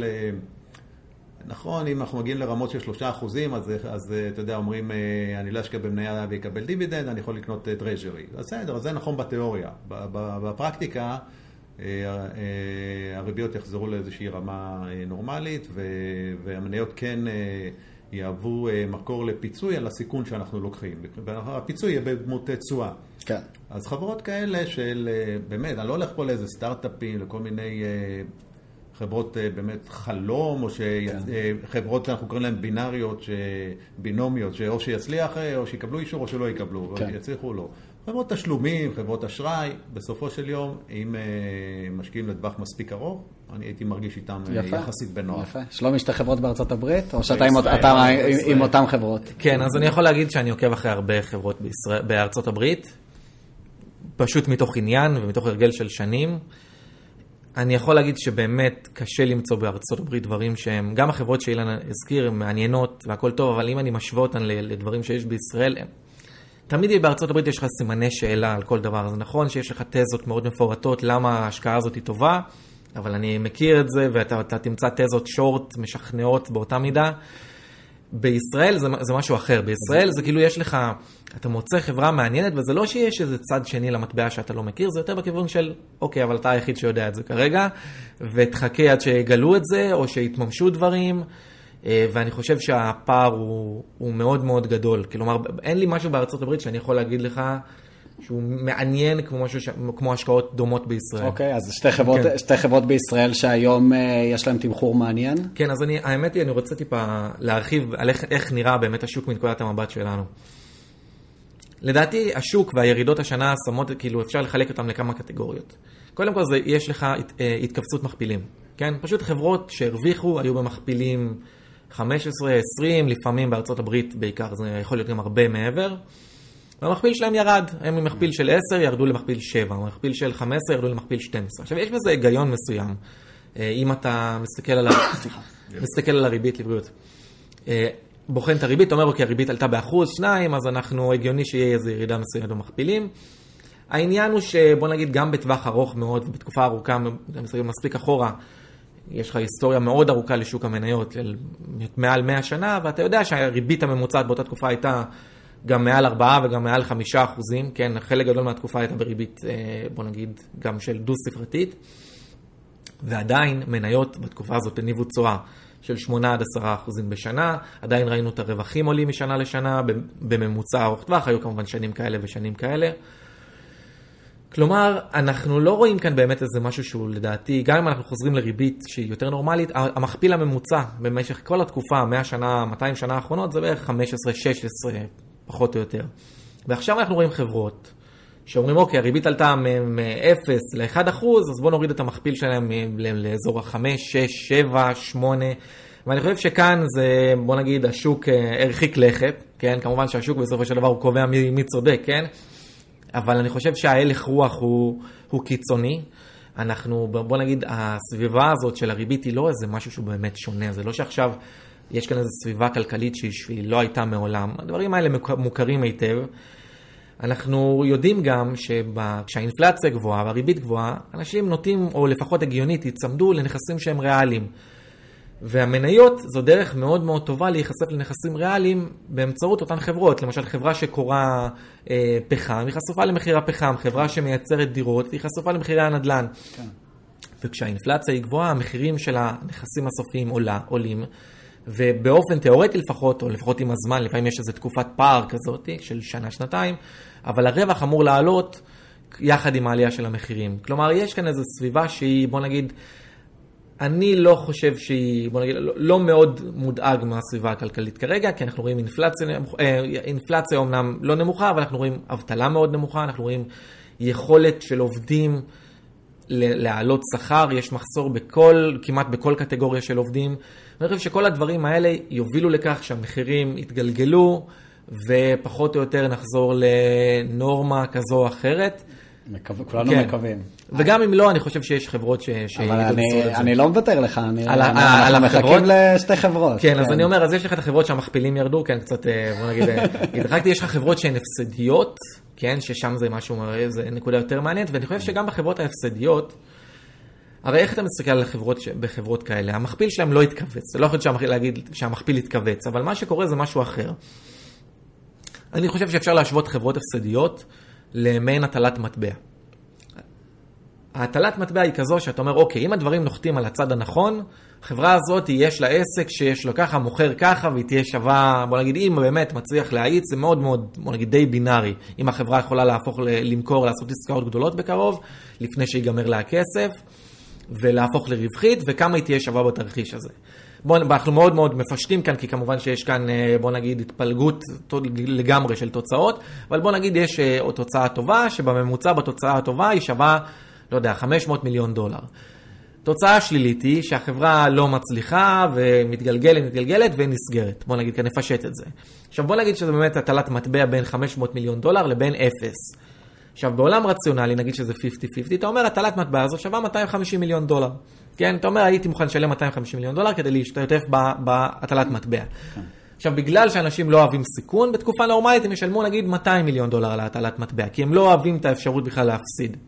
נכון, אם אנחנו מגיעים לרמות של שלושה אחוזים, אז, אז אתה יודע, אומרים, אני לא אשקיע במניה ויקבל דיבידנד, אני יכול לקנות טרז'רי. בסדר, אז זה נכון בתיאוריה. בפרקטיקה, הריביות יחזרו לאיזושהי רמה נורמלית, והמניות כן יהוו מקור לפיצוי על הסיכון שאנחנו לוקחים. הפיצוי יהיה בדמות תשואה. כן. אז חברות כאלה של, באמת, אני לא הולך פה לאיזה סטארט-אפים, לכל מיני חברות באמת חלום, או שחברות, אנחנו קוראים להן בינאריות, בינומיות, שאו שיצליח, או שיקבלו אישור, או שלא יקבלו, או יצליחו או לא. חברות תשלומים, חברות אשראי, בסופו של יום, אם משקיעים לטווח מספיק ארוך, אני הייתי מרגיש איתם יחסית בנוח. יפה. שלומי, שתי חברות בארצות הברית, או שאתה עם אותן חברות? כן, אז אני יכול להגיד שאני עוקב אחרי הרבה חברות בארצות הברית, פשוט מתוך עניין ומתוך הרגל של שנים. אני יכול להגיד שבאמת קשה למצוא בארצות הברית דברים שהם, גם החברות שאילן הזכיר, הן מעניינות והכל טוב, אבל אם אני משווה אותן לדברים שיש בישראל, הם, תמיד בארצות הברית יש לך סימני שאלה על כל דבר. זה נכון שיש לך תזות מאוד מפורטות למה ההשקעה הזאת היא טובה, אבל אני מכיר את זה, ואתה אתה תמצא תזות שורט משכנעות באותה מידה. בישראל זה, זה משהו אחר. בישראל זה כאילו יש לך, אתה מוצא חברה מעניינת, וזה לא שיש איזה צד שני למטבע שאתה לא מכיר, זה יותר בכיוון של, אוקיי, אבל אתה היחיד שיודע את זה כרגע, ותחכה עד שיגלו את זה, או שיתממשו דברים, ואני חושב שהפער הוא, הוא מאוד מאוד גדול. כלומר, אין לי משהו בארצות הברית שאני יכול להגיד לך, שהוא מעניין כמו משהו ש... כמו השקעות דומות בישראל. אוקיי, okay, אז שתי חברות, כן. שתי חברות בישראל שהיום uh, יש להם תמחור מעניין? כן, אז אני, האמת היא, אני רוצה טיפה להרחיב על איך, איך נראה באמת השוק מנקודת המבט שלנו. לדעתי, השוק והירידות השנה שמות, כאילו אפשר לחלק אותם לכמה קטגוריות. קודם כל, זה, יש לך הת, התכווצות מכפילים. כן? פשוט חברות שהרוויחו, היו במכפילים חמש עשרה עשרים, לפעמים בארצות הברית בעיקר, זה יכול להיות גם הרבה מעבר. והמכפיל שלהם ירד, הם ממכפיל של עשר ירדו למכפיל שבע, המכפיל של חמש עשרה ירדו למכפיל שתים עשרה. עכשיו, יש בזה היגיון מסוים, אם אתה מסתכל על, ה... מסתכל על הריבית לבריאות. בוחן את הריבית, אומר, אוקיי, הריבית עלתה באחוז, שניים, אז אנחנו, הגיוני שיהיה איזו ירידה מסוימת במכפילים. העניין הוא שבוא נגיד, גם בטווח ארוך מאוד, ובתקופה ארוכה, מספיק אחורה, יש לך היסטוריה מאוד ארוכה לשוק המניות, מעל מאה שנה, ואתה יודע שהריבית הממוצעת באותה תקופה הייתה גם מעל ארבעה וגם מעל חמישה אחוזים, כן, חלק גדול מהתקופה הייתה בריבית, בוא נגיד, גם של דו ספרתית, ועדיין מניות בתקופה הזאת הניבו תשואה של שמונה עד עשרה אחוזים בשנה, עדיין ראינו את הרווחים עולים משנה לשנה, בממוצע ארוך טווח, היו כמובן שנים כאלה ושנים כאלה. כלומר, אנחנו לא רואים כאן באמת איזה משהו שהוא לדעתי, גם אם אנחנו חוזרים לריבית שהיא יותר נורמלית, המכפיל הממוצע במשך כל התקופה, מאה שנה, מאתיים שנה האחרונות, זה בערך חמש עשרה שש עשרה, פחות או יותר. ועכשיו אנחנו רואים חברות שאומרים, אוקיי, הריבית עלתה מ-אפס ל-אחד אחוז, אז בואו נוריד את המכפיל שלהם לאזור ה-חמש, שש, שבע, שמונה, ואני חושב שכאן זה, בוא נגיד, השוק הרחיק לכת, כן? כמובן שהשוק בסופו של דבר הוא קובע מי, מי צודק, כן? אבל אני חושב שההלך רוח הוא, הוא קיצוני. אנחנו, בוא נגיד, הסביבה הזאת של הריבית היא לא איזה משהו שהוא באמת שונה. זה לא שעכשיו יש כאן איזו סביבה כלכלית שהיא לא הייתה מעולם. הדברים האלה מוכרים היטב. אנחנו יודעים גם שכשהאינפלציה גבוהה והריבית גבוהה, אנשים נוטים, או לפחות הגיונית, יצמדו לנכסים שהם ריאליים. והמניות זו דרך מאוד מאוד טובה להיחשף לנכסים ריאליים באמצעות אותן חברות. למשל, חברה שקורה אה, פחם, היא חשופה למחיר הפחם. חברה שמייצרת דירות, היא חשופה למחירי הנדלן. כן. וכשהאינפלציה היא גבוהה, המחירים של הנכסים הסופיים עולה, עולים. ובאופן תיאורטי לפחות, או לפחות עם הזמן, לפעמים יש איזו תקופת פער כזאת של שנה, שנתיים, אבל הרווח אמור לעלות יחד עם העלייה של המחירים. כלומר, יש כאן איזו סביבה שהיא, בוא נגיד, אני לא חושב שהיא, בוא נגיד, לא, לא מאוד מודאג מהסביבה הכלכלית כרגע, כי אנחנו רואים אינפלציה, אינפלציה אומנם לא נמוכה, אבל אנחנו רואים אבטלה מאוד נמוכה, אנחנו רואים יכולת של עובדים להעלות שכר, יש מחסור בכל, כמעט בכל קטגוריה של עובדים. אני חושב שכל הדברים האלה יובילו לכך שהמחירים יתגלגלו, ופחות או יותר נחזור לנורמה כזו או אחרת. כולנו מקווים. וגם אם לא, אני חושב שיש חברות ש... אבל אני לא מוותר לך, אנחנו מחכים לשתי חברות. כן, אז אני אומר, אז יש לך את החברות שהמכפילים ירדו, כן, קצת, בוא נגיד, התרחקתי, יש לך חברות שהן הפסדיות, כן, ששם זה משהו, זה נקודה יותר מעניינת, ואני חושב שגם בחברות ההפסדיות, הרי איך אתה מסתכל על החברות בחברות כאלה? המכפיל שלהם לא יתכווץ, זה לא יכול להגיד שהמכפיל יתכווץ, אבל מה שקורה זה משהו אחר. אני חושב שאפשר להשוות חברות הפסדיות למעין הטלת מטבע. הטלת מטבע היא כזו שאתה אומר, אוקיי, אם הדברים נוחתים על הצד הנכון, החברה הזאת יש לה עסק שיש לו ככה, מוכר ככה, והיא תהיה שווה, בוא נגיד, אם באמת מצליח להאיץ, זה מאוד מאוד, בוא נגיד, די בינארי. אם החברה יכולה להפוך, למכור, לעשות עסקאות גדולות בקרוב, לפני שיגמר לה הכסף, ולהפוך לרווחית, וכמה היא תהיה שווה בתרחיש הזה. בוא, אנחנו מאוד מאוד מפשטים כאן, כי כמובן שיש כאן, בוא נגיד, התפלגות לגמרי של תוצאות, אבל בוא נגיד, יש תוצאה טובה, שבממוצע בתוצאה הטובה היא שווה, לא יודע, חמש מאות מיליון דולר. תוצאה שלילית היא שהחברה לא מצליחה, ומתגלגלת, מתגלגלת, ונסגרת. בוא נגיד, כאן נפשט את זה. עכשיו, בוא נגיד שזה באמת הטלת מטבע בין חמש מאות מיליון דולר לבין אפס. עכשיו, בעולם רציונלי, נגיד שזה חמישים חמישים, אתה אומר, הטלת מטבע הזאת שווה מאתיים וחמישים מיליון דולר. כן, אתה אומר, הייתי מוכן לשלם מאתיים וחמישים מיליון דולר כדי להשתתף בהטלת מטבע. עכשיו, בגלל שאנשים לא אוהבים סיכון, בתקופה נורמלית הם ישלמו, נגיד, מאתיים מיליון דולר על הטלת מטבע, כי הם לא אוהבים את האפשרות בכלל להפסיד.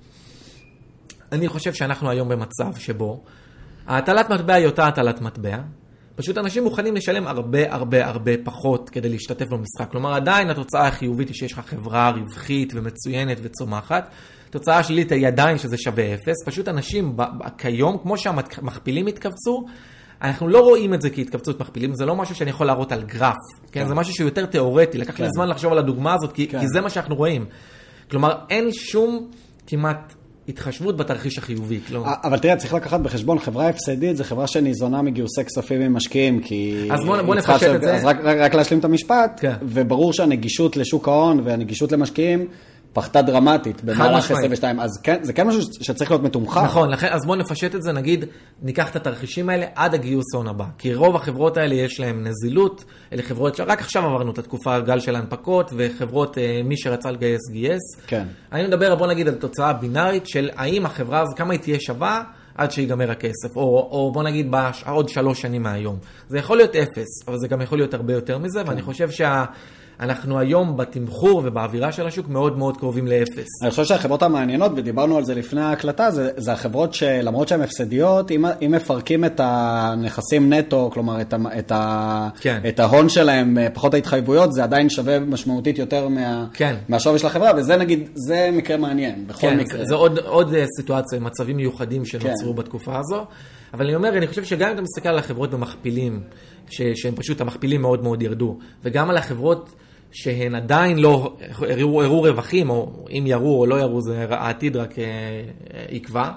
אני חושב שאנחנו היום במצב שבו הטלת מטבע היא אותה הטלת מטבע, פשוט אנשים מוכנים לשלם הרבה הרבה הרבה פחות כדי להשתתף במשחק. כלומר, עדיין התוצאה החיובית היא שיש לך חברה רווחית ומצוינת וצומחת. התוצאה השלילית היא עדיין שזה שווה אפס. פשוט אנשים כיום, כמו שהמכפילים התכווצו, אנחנו לא רואים את זה כהתכווצות מכפילים. זה לא משהו שאני יכול להראות על גרף. כן? זה משהו שהוא יותר תיאורטי. לקח לי זמן לחשוב על הדוגמה הזאת, כי, כי זה מה שאנחנו רואים. כלומר, אין שום כמעט התחשבות בתרחיש החיובי. אבל תראה, צריך לקחת בחשבון, חברה הפסדית זה חברה שניזונה מגיוסי כספים ממשקיעים, כי... אז בוא נפשט את זה. אז רק להשלים את המשפט, וברור שהנגישות לשוק ההון והנגישות למשקיעים פחתה דרמטית במהלך עשרים ושתיים, אז זה כן משהו שצריך להיות מתומחר. נכון, אז בוא נפשט את זה, נגיד, ניקח את התרחישים האלה עד הגיוס ההון הבא, כי רוב החברות האלה יש להם נזילות, אלה חברות שרק עכשיו עברנו את התקופה הגל של ההנפקות, וחברות, מי שרצה לגייס גייס. כן. אני מדבר, בוא נגיד, על תוצאה בינארית של האם החברה הזו, כמה היא תהיה שווה עד שיגמר הכסף, או, או בוא נגיד בעוד שלוש שנים מהיום. זה יכול להיות אפס, אבל זה גם יכול להיות הרבה יותר מזה, כן. ואני חושב שה... אנחנו היום בתמחור ובאווירה של השוק מאוד מאוד קרובים לאפס. אני חושב שהחברות המעניינות, ודיברנו על זה לפני ההקלטה, זה, זה החברות שלמרות שהן הפסדיות, אם, אם מפרקים את הנכסים נטו, כלומר את, ה, את, ה, כן. את ההון שלהם, פחות ההתחייבויות, זה עדיין שווה משמעותית יותר מה, כן. מהשווי של החברה, וזה נגיד, זה מקרה מעניין, בכל כן, מקרה. זה עוד, עוד סיטואציה, מצבים מיוחדים שנוצרו כן. בתקופה הזו, אבל אני אומר, אני חושב שגם אם אתה מסתכל על החברות במכפילים, ש, שהם פשוט המכפילים מאוד מאוד ירדו, וגם על החברות שהן עדיין לא הראו, הראו רווחים, או אם יראו או לא יראו, זה העתיד רק יקבע.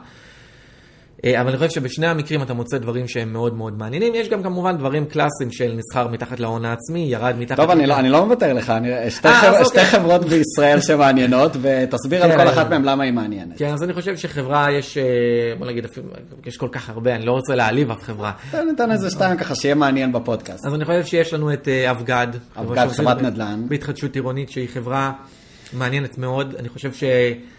אבל אני חושב שבשני המקרים אתה מוצא דברים שהם מאוד מאוד מעניינים. יש גם כמובן דברים קלאסיים של נסחר מתחת להון העצמי, ירד מתחת... טוב, אני לא, אני לא מוותר לך. אני, שתי, 아, חבר, שתי חברות בישראל שמעניינות, ותסביר על כל אחת מהם למה היא מעניינת. כן, אז אני חושב שחברה יש, בוא נגיד, יש כל כך הרבה, אני לא רוצה להעליב אף חברה. ניתן איזה שתיים ככה שיהיה מעניין בפודקאסט. אז אני חושב שיש לנו את אבגד. אבגד, חברת נדל"ן. בהתחדשות עירונית, שהיא חברה מעניינת מאוד. אני חושב ש...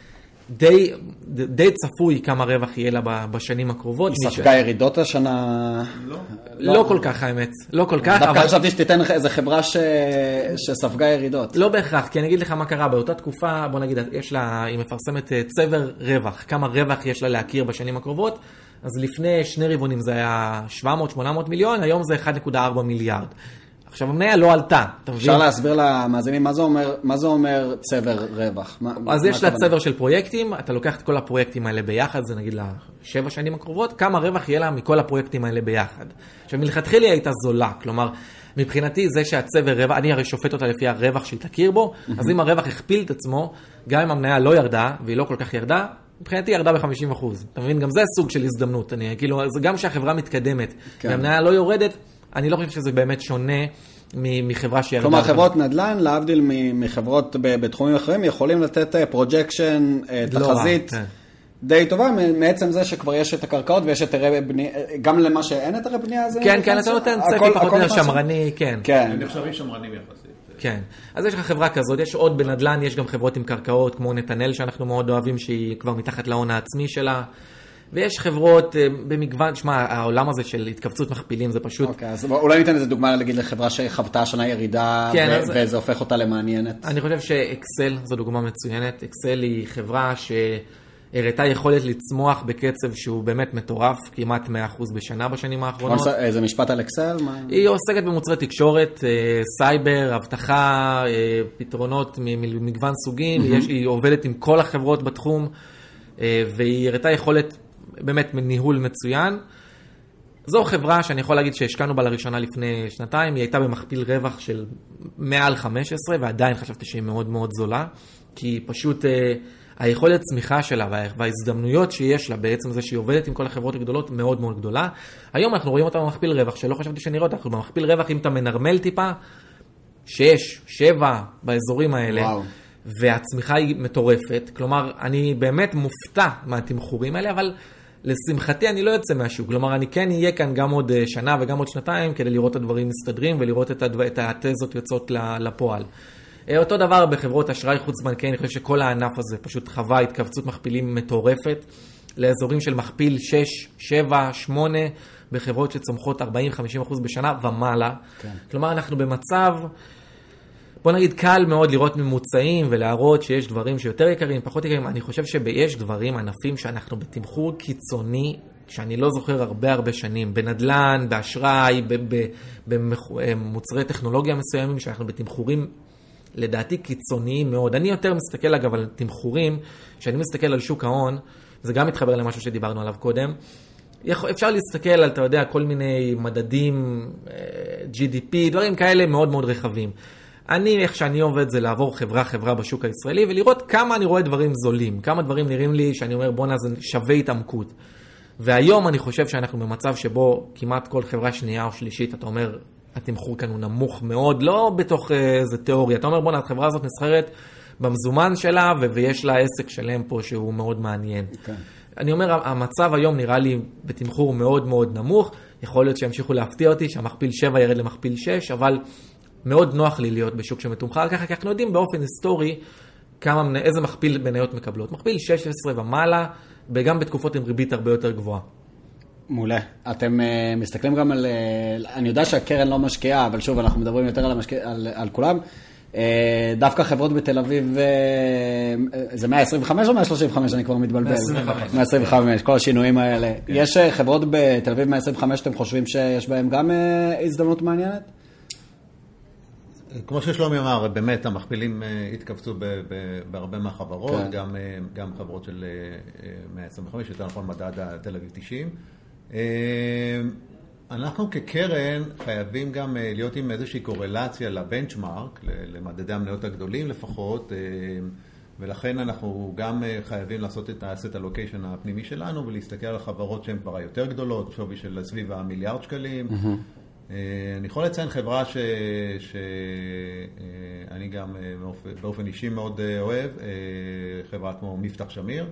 די, די צפוי כמה רווח יהיה לה בשנים הקרובות. היא ספגה ירידות השנה? לא. לא כל כך האמת. לא כל כך. דווקא חשבתי שתיתן לך איזה חברה ש... שספגה ירידות. לא בהכרח, כי אני אגיד לך מה קרה. באותה תקופה, בוא נגיד, יש לה, היא מפרסמת צבר רווח. כמה רווח יש לה להכיר בשנים הקרובות. אז לפני שני רבעונים זה היה שבע מאות שמונה מאות מיליון, היום זה אחד נקודה ארבע מיליארד. עכשיו, המניה לא עלתה. אפשר להסביר למאזינים, מה זה אומר, מה זה אומר צבר רווח? אז יש לה צבר של פרויקטים, אתה לוקח את כל הפרויקטים האלה ביחד, זה נגיד לשבע שנים הקרובות, כמה רווח יהיה לה מכל הפרויקטים האלה ביחד. עכשיו, מלכתחילה הייתה זולה, כלומר, מבחינתי זה שהצבר רווח, אני הרי שופט אותה לפי הרווח שהיא תכיר בו, אז אם הרווח הכפיל את עצמו, גם אם המניה לא ירדה, והיא לא כל כך ירדה, מבחינתי ירדה ב-חמישים אחוז. אתה מבין? גם זה סוג של הזדמנות. אני, כאילו, זה גם שהחברה מתקדמת, והמניה לא יורדת, אני לא חושב שזה באמת שונה מחברה שירדה. כלומר, חברות נדל"ן, להבדיל מחברות בתחומים אחרים, יכולים לתת פרוג'קשן, תחזית די טובה, מעצם זה שכבר יש את הקרקעות ויש את הרי בנייה, גם למה שאין את הרי בנייה הזה? כן, כן, אתה נותן צפי פחות יותר שמרני, כן. הם נחשבים שמרנים יחסית. כן. אז יש לך חברה כזאת, יש עוד בנדל"ן, יש גם חברות עם קרקעות, כמו נתנאל שאנחנו מאוד אוהבים, שהיא כבר מתחת להון העצמי שלה. ויש חברות במגוון, שמה, העולם הזה של התכווצות מכפילים זה פשוט... אוקיי, אז אולי ניתן איזה דוגמה להגיד לחברה שחוותה השנה ירידה, כן, ו- אז... וזה הופך אותה למעניינת. אני חושב שאקסל זו דוגמה מצוינת. אקסל היא חברה שהראתה יכולת לצמוח בקצב שהוא באמת מטורף, כמעט מאה אחוז בשנה בשנים האחרונות. איזה משפט על אקסל? מה... היא עוסקת במוצרי תקשורת, סייבר, הבטחה, פתרונות ממגוון סוגים, mm-hmm. יש, היא עובדת עם כל החברות בתחום, והיא הראתה יכולת באמת מניהול מצוין. זו חברה שאני יכול להגיד שהשקענו בה לראשונה לפני שנתיים, היא הייתה במכפיל רווח של מעל חמש עשרה, ועדיין חשבתי שהיא מאוד מאוד זולה, כי פשוט אה, היכולת צמיחה שלה וההזדמנויות שיש לה, בעצם זה שהיא עובדת עם כל החברות הגדולות, מאוד מאוד גדולה. היום אנחנו רואים אותה במכפיל רווח, שלא חשבתי שנראה אותה, אנחנו במכפיל רווח, אם אתה מנרמל טיפה, שש, שבע באזורים האלה, וואו. והצמיחה היא מטורפת, כלומר, אני באמת מופתע מהתמחורים האלה, אבל לשמחתי אני לא יוצא מהשוק, כלומר, אני כן אהיה כאן גם עוד שנה וגם עוד שנתיים, כדי לראות את הדברים מסתדרים, ולראות את, הדבר, את התזות יוצאות לפועל. אותו דבר בחברות אשראי חוץ-בנקאי, אני חושב שכל הענף הזה פשוט חווה התכווצות מכפילים מטורפת, לאזורים של מכפיל שש, שבע, שמונה, בחברות שצומחות ארבעים עד חמישים אחוז בשנה ומעלה. כן. כלומר, אנחנו במצב... בוא נגיד, קל מאוד לראות ממוצעים ולהראות שיש דברים שיותר יקרים, פחות יקרים. אני חושב שיש דברים, ענפים שאנחנו בתמחור קיצוני, שאני לא זוכר הרבה הרבה שנים, בנדלן, באשראי, במוצרי טכנולוגיה מסוימים, שאנחנו בתמחורים, לדעתי, קיצוניים מאוד. אני יותר מסתכל, אגב, על תמחורים, שאני מסתכל על שוק ההון, זה גם מתחבר למשהו שדיברנו עליו קודם, אפשר להסתכל על, אתה יודע, כל מיני מדדים, ג'י די פי, דברים כאלה מאוד מאוד רחבים. אני, איך שאני עובד, זה לעבור חברה-חברה בשוק הישראלי, ולראות כמה אני רואה דברים זולים, כמה דברים נראים לי שאני אומר, בוא נעזן, שווה התעמקות. והיום אני חושב שאנחנו במצב שבו כמעט כל חברה שנייה או שלישית, אתה אומר, התמחור כאן הוא נמוך מאוד, לא בתוך איזה תיאוריה. אתה אומר, בוא נעז, החברה הזאת נסחרת במזומן שלה, ו- ויש לה עסק שלם פה שהוא מאוד מעניין. Okay. אני אומר, המצב היום נראה לי בתמחור מאוד מאוד נמוך, יכול להיות שימשיכו להפתיע אותי, שהמכפיל שבע ירד למכפיל שש, אבל מאוד נוח לי להיות בשוק שמתומחר ככה, כי אנחנו יודעים באופן היסטורי כמה, איזה מכפיל מניות מקבלות. מכפיל שש עשרה ומעלה, וגם בתקופות עם ריבית הרבה יותר גבוהה. מעולה. אתם uh, מסתכלים גם על... Uh, אני יודע שהקרן לא משקיעה, אבל שוב, אנחנו מדברים יותר על, המשקיע, על, על כולם. Uh, דווקא חברות בתל אביב, uh, זה מאה עשרים וחמש או מאה שלושים וחמש? אני כבר מתבלבל. מאה עשרים וחמש. מאה עשרים וחמש, כל השינויים האלה. כן. יש uh, חברות בתל אביב מאה עשרים וחמש, אתם חושבים שיש בהם גם uh, הזדמנות מעניינת? כמו ששלומי אמר, באמת המכפילים התכווצו בהרבה מהחברות, כן. גם, גם חברות של מאה עשרים וחמש, יותר נכון מדד תל אביב תשעים. אנחנו כקרן חייבים גם להיות עם איזושהי קורלציה לבנצ'מארק, למדדי המניות הגדולים לפחות, ולכן אנחנו גם חייבים לעשות את האסט הלוקיישן הפנימי שלנו, ולהסתכל על החברות שהן כבר היותר גדולות, שווי של סביב המיליארד שקלים. Mm-hmm. אני יכול לציין חברה ש... שאני גם באופן אישי מאוד אוהב, חברה כמו מבטח שמיר,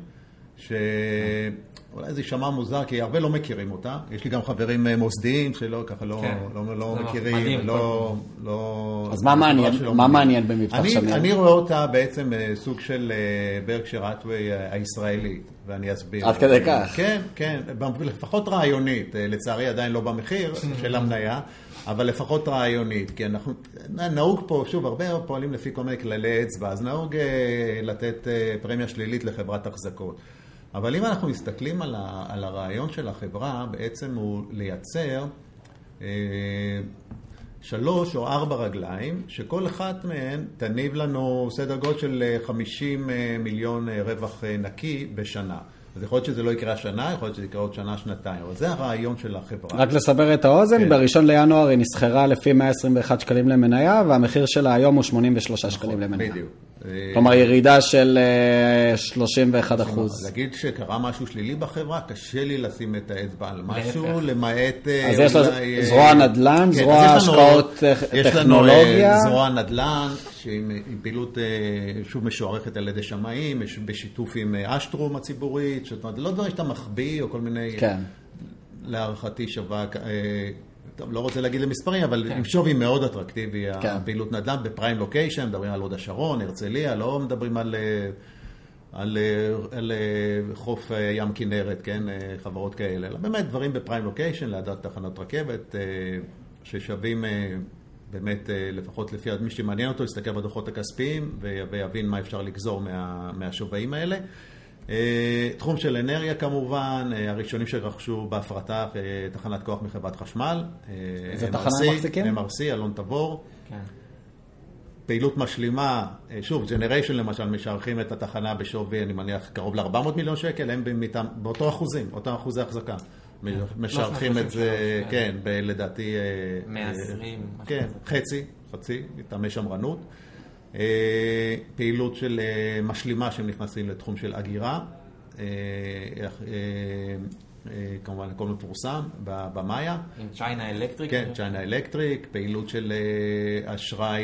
שאולי זה יישמע מוזר, כי הרבה לא מכירים אותה. יש לי גם חברים מוסדיים שלא, ככה לא, כן. לא, לא לא מכירים. לא, לא, אז מה מעניין, מה מעניין במבטח אני, שמיר? אני רואה אותה בעצם סוג של ברקשר האטווי הישראלית, ואני אסביר. עד כדי כך. כן, כן, לפחות רעיונית, לצערי עדיין לא במחיר של המניה, אבל לפחות רעיונית, כי אנחנו, נהוג פה, שוב, הרבה פועלים לפי כל מיני כללי אצבע, אז נהוג לתת פרמיה שלילית לחברת החזקות. אבל אם אנחנו מסתכלים על, ה, על הרעיון של החברה, בעצם הוא לייצר אה, שלוש או ארבע רגליים, שכל אחת מהן תניב לנו סדר גודל של חמישים מיליון רווח נקי בשנה. אז יכול להיות שזה לא יקרה שנה, יכול להיות שזה יקרה עוד שנה, שנתיים, אבל זה הרעיון של החברה. רק לסבר את האוזן, כן. בראשון לינואר היא נסחרה לפי מאה עשרים ואחד שקלים למניה, והמחיר שלה היום הוא שמונים ושלושה נכון, שקלים למניה. בדיוק. כלומר, ירידה של שלושים ואחד אחוז. להגיד שקרה משהו שלילי בחברה, קשה לי לשים את האצבע על משהו, למעט... אז יש לה זרוע נדל"ן, זרוע השקעות טכנולוגיה. זרוע נדל"ן, שעם פעילות שוב משוערכת על ידי שמאים, בשיתוף עם אשטרום הציבורית, זאת אומרת, לא דברים שאתה מחביא, או כל מיני... להערכתי שווה... טוב, לא רוצה להגיד למספרים, אבל עם שווי מאוד אטרקטיבי, הפעילות נדל"ן בפריים לוקיישן, מדברים על הוד השרון, הרצליה, לא מדברים על, על, על חוף ים כנרת, כן, חברות כאלה, אלא באמת דברים בפריים לוקיישן, ליד תחנות רכבת, ששווים באמת, לפחות לפי מי שמעניין אותו, להסתכל בדוחות הכספיים, ויבין מה אפשר לגזור מה, מהשווים האלה. תחום של אנרגיה כמובן, הראשונים שרכשו בהפרטה תחנת כוח מחברת חשמל. איזה תחנה מחזיקים? אם אר סי, אלון תבור. פעילות משלימה, שוב, ג'נריישן למשל, משערכים את התחנה בשווי, אני מניח, קרוב ל-ארבע מאות מיליון שקל, הם באותו אחוזים, אותם אחוזי החזקה. משערכים את זה, כן, לדעתי... מאה ועשרים. כן, חצי, חצי, מטעמי שמרנות. פעילות של משלימה שהם נכנסים לתחום של אגירה, כמובן הכל מפורסם במאיה. עם צ'יינה אלקטריק? כן, צ'יינה אלקטריק, פעילות של אשראי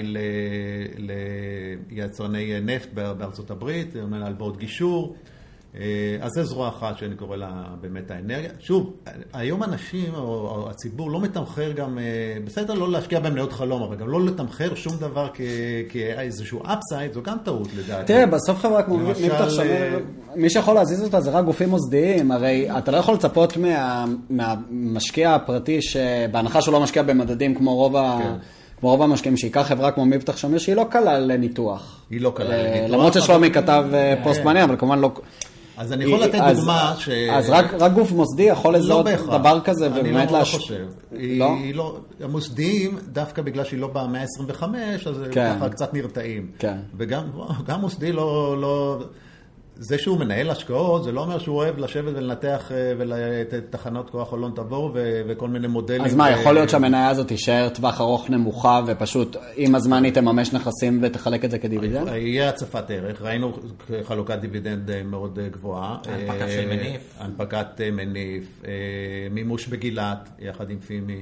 ליצרני נפט בארצות הברית, הלוואות גישור. אז זה זרוע אחת שאני קורא לה באמת האנרגיה. שוב, היום אנשים או הציבור לא מתמחר גם, בסדר לא להשקיע במניות חלום, אבל גם לא לתמחר שום דבר כאיזשהו אפסייד, זו גם טעות לדעתי. תראה, בסוף חברה כמו מבטח שמר, מי שיכול להזיז אותה זה רק גופים מוסדיים, הרי אתה לא יכול לצפות מהמשקיע הפרטי, שבהנחה שהוא לא משקיע במדדים כמו רוב ה... כמו רוב המשקיעים, שהיא חברה כמו מבטח שמר, שהיא לא קלה לניתוח. היא לא קלה לניתוח. למרות ששלומי כתב פוסט מעניין, אבל כמובן לא... אז אני יכול לתת דוגמה ש... אז רק גוף מוסדי יכול לזהות דבר כזה, ובאמת אני לא חושב. לא? המוסדיים, דווקא בגלל שהיא לא במאה ה-עשרים וחמש, אז ככה קצת נרתעים. וגם מוסדי לא... זה שהוא מנהל השקעות, זה לא אומר שהוא אוהב לשבת ולנתח את תחנות כוח אלון תבור וכל מיני מודלים. אז מה, יכול להיות שהמניה הזאת תישאר טווח ארוך נמוכה, ופשוט עם הזמן היא תממש נכסים ותחלק את זה כדיבידנד? יהיה הצפת ערך, ראינו חלוקת דיבידנד מאוד גבוהה. הנפקה של מניף. הנפקת מניף, מימוש בגילת, יחד עם פימי.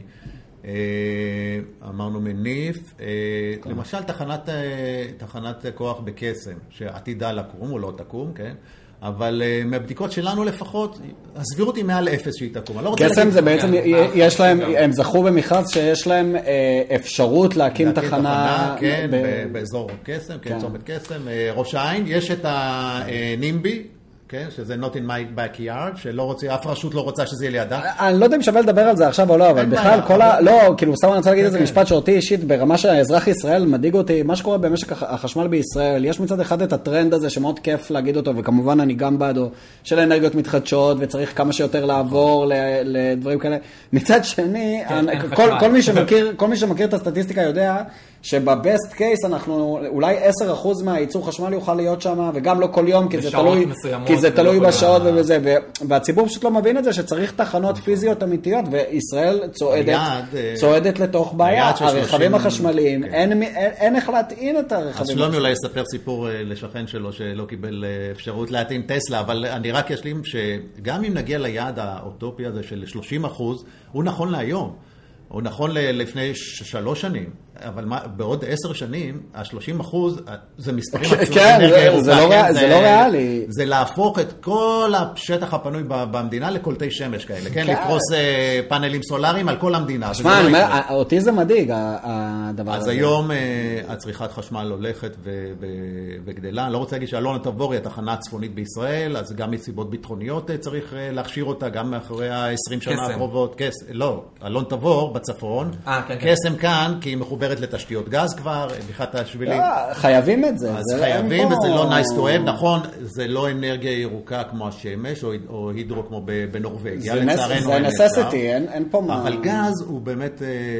אמרנו מניף, למשל תחנת, תחנת כוח בקסם, שעתידה לקום או לא תקום, כן? אבל מהבדיקות שלנו לפחות, הסבירות היא מעל אפס שהיא תקום. קסם זה בעצם, יש להם, הם זכו במכרז שיש להם אפשרות להקים תחנה... כן, באזור קסם, כן, צומת קסם. ראש העין, יש את הנימבי, כן, שזה not in my backyard, שלא רוצה, אף רשות לא רוצה שזה יהיה לידה. אני לא יודע אם שווה לדבר על זה עכשיו או לא, אבל בכלל כל ה... לא, כאילו, סתם אני רוצה להגיד איזה משפט שאותי אישית, ברמה שהאזרח ישראל מדאיג אותי, מה שקורה במשק החשמל בישראל, יש מצד אחד את הטרנד הזה שמאוד כיף להגיד אותו, וכמובן אני גם בעדו, של אנרגיות מתחדשות, וצריך כמה שיותר לעבור לדברים כאלה. מצד שני, כל מי שמכיר את הסטטיסטיקה יודע שבבסט קייס אנחנו, אולי עשרה אחוז מהייצור חשמל יוכל להיות שם, וגם לא כל יום, כי זה תלוי, כי זה תלוי בשעות ובזה, והציבור פשוט לא מבין את זה, שצריך תחנות פיזיות אמיתיות, וישראל צועדת, צועדת לתוך בעיה, הרכבים החשמליים, אין איך להטעין את הרכבים. אז שלומי אולי יספר סיפור לשכן שלו, שלא קיבל אפשרות להטעין טסלה, אבל אני רק אשלים שגם אם נגיע ליעד האוטופי הזה של שלושים אחוז, הוא נכון להיום. הוא נכון לפני שלוש שנים, אבל בעוד עשר שנים, ה-שלושים אחוז, זה מספרים עצומים. כן, זה לא ריאלי. זה להפוך את כל השטח הפנוי במדינה לקולטי שמש כאלה, כן? לפרוס פאנלים סולאריים על כל המדינה. שמע, אותי זה מדאיג, הדבר הזה. אז היום הצריכת חשמל הולכת וגדלה. אני לא רוצה להגיד שאלון תבור היא התחנה הצפונית בישראל, אז גם מסיבות ביטחוניות צריך להכשיר אותה, גם מאחורי ה-עשרים שנה הקרובות. לא, אלון תבור בצפון, קסם כאן, כי היא מחוברת לתשתיות גז כבר, בכת השבילים. חייבים את זה. אז חייבים, וזה לא nice to have, נכון, זה לא אנרגיה ירוקה כמו השמש, או הידרו כמו בנורווגיה. זה necessity, אין פה מה. אבל גז הוא באמת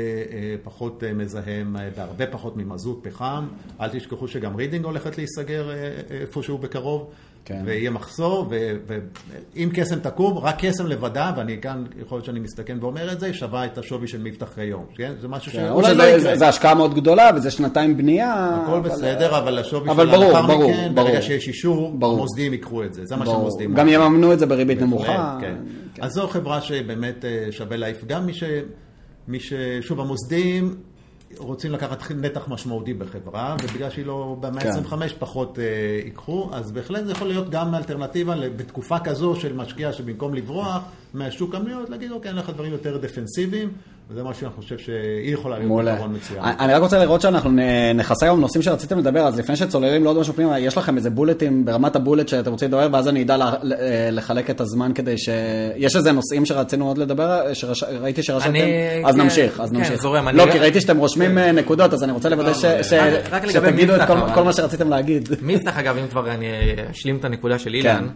פחות מזהם, בהרבה פחות ממזוט, פחם. אל תשכחו שגם רידינג הולכת להיסגר איפשהו בקרוב. ויהיה מחסור, ואם קסם תקום, רק קסם לבדה, ואני כאן, יכול להיות שאני מסתכן ואומר את זה, שווה את השווי של מבטח כיום. זה משהו שאולי לא יקרה. זה השקעה מאוד גדולה, וזה שנתיים בנייה. הכל בסדר, אבל השווי של לאחר מכן, ברגע שיש אישור, המוסדים יקחו את זה. זה מה שהמוסדים. גם יממנו את זה בריבית נמוכה. אז זו חברה שבאמת שווה להעיף. גם מי ששוב, המוסדים רוצים לקחת נתח משמעותי בחברה, ובגלל שהיא לא ב-מאה עשרים וחמש פחות ייקחו, אז בהחלט זה יכול להיות גם אלטרנטיבה בתקופה כזו של משקיע שבמקום לברוח מהשוק המניות, להגיד, אוקיי, אני הולך לדברים יותר דפנסיביים, וזה משהו שאני חושב שהיא יכולה להיות פתרון מצוין. אני רק רוצה לראות שאנחנו נחסה היום נושאים שרציתם לדבר, אז לפני שצוללים לעוד משהו פנימה, יש לכם איזה בולטים ברמת הבולט שאתם רוצים לדבר, ואז אני אדע לחלק את הזמן כדי ש... יש איזה נושאים שרצינו עוד לדבר, שראיתי שרשמתם, אז נמשיך, אז נמשיך. לא, כי ראיתי שאתם רושמים נקודות, אז אני רוצה לוודא שתגידו את כל מה שרציתם להגיד. מבטח, אגב, אם כבר אני אשלים את הנקודה של אילן.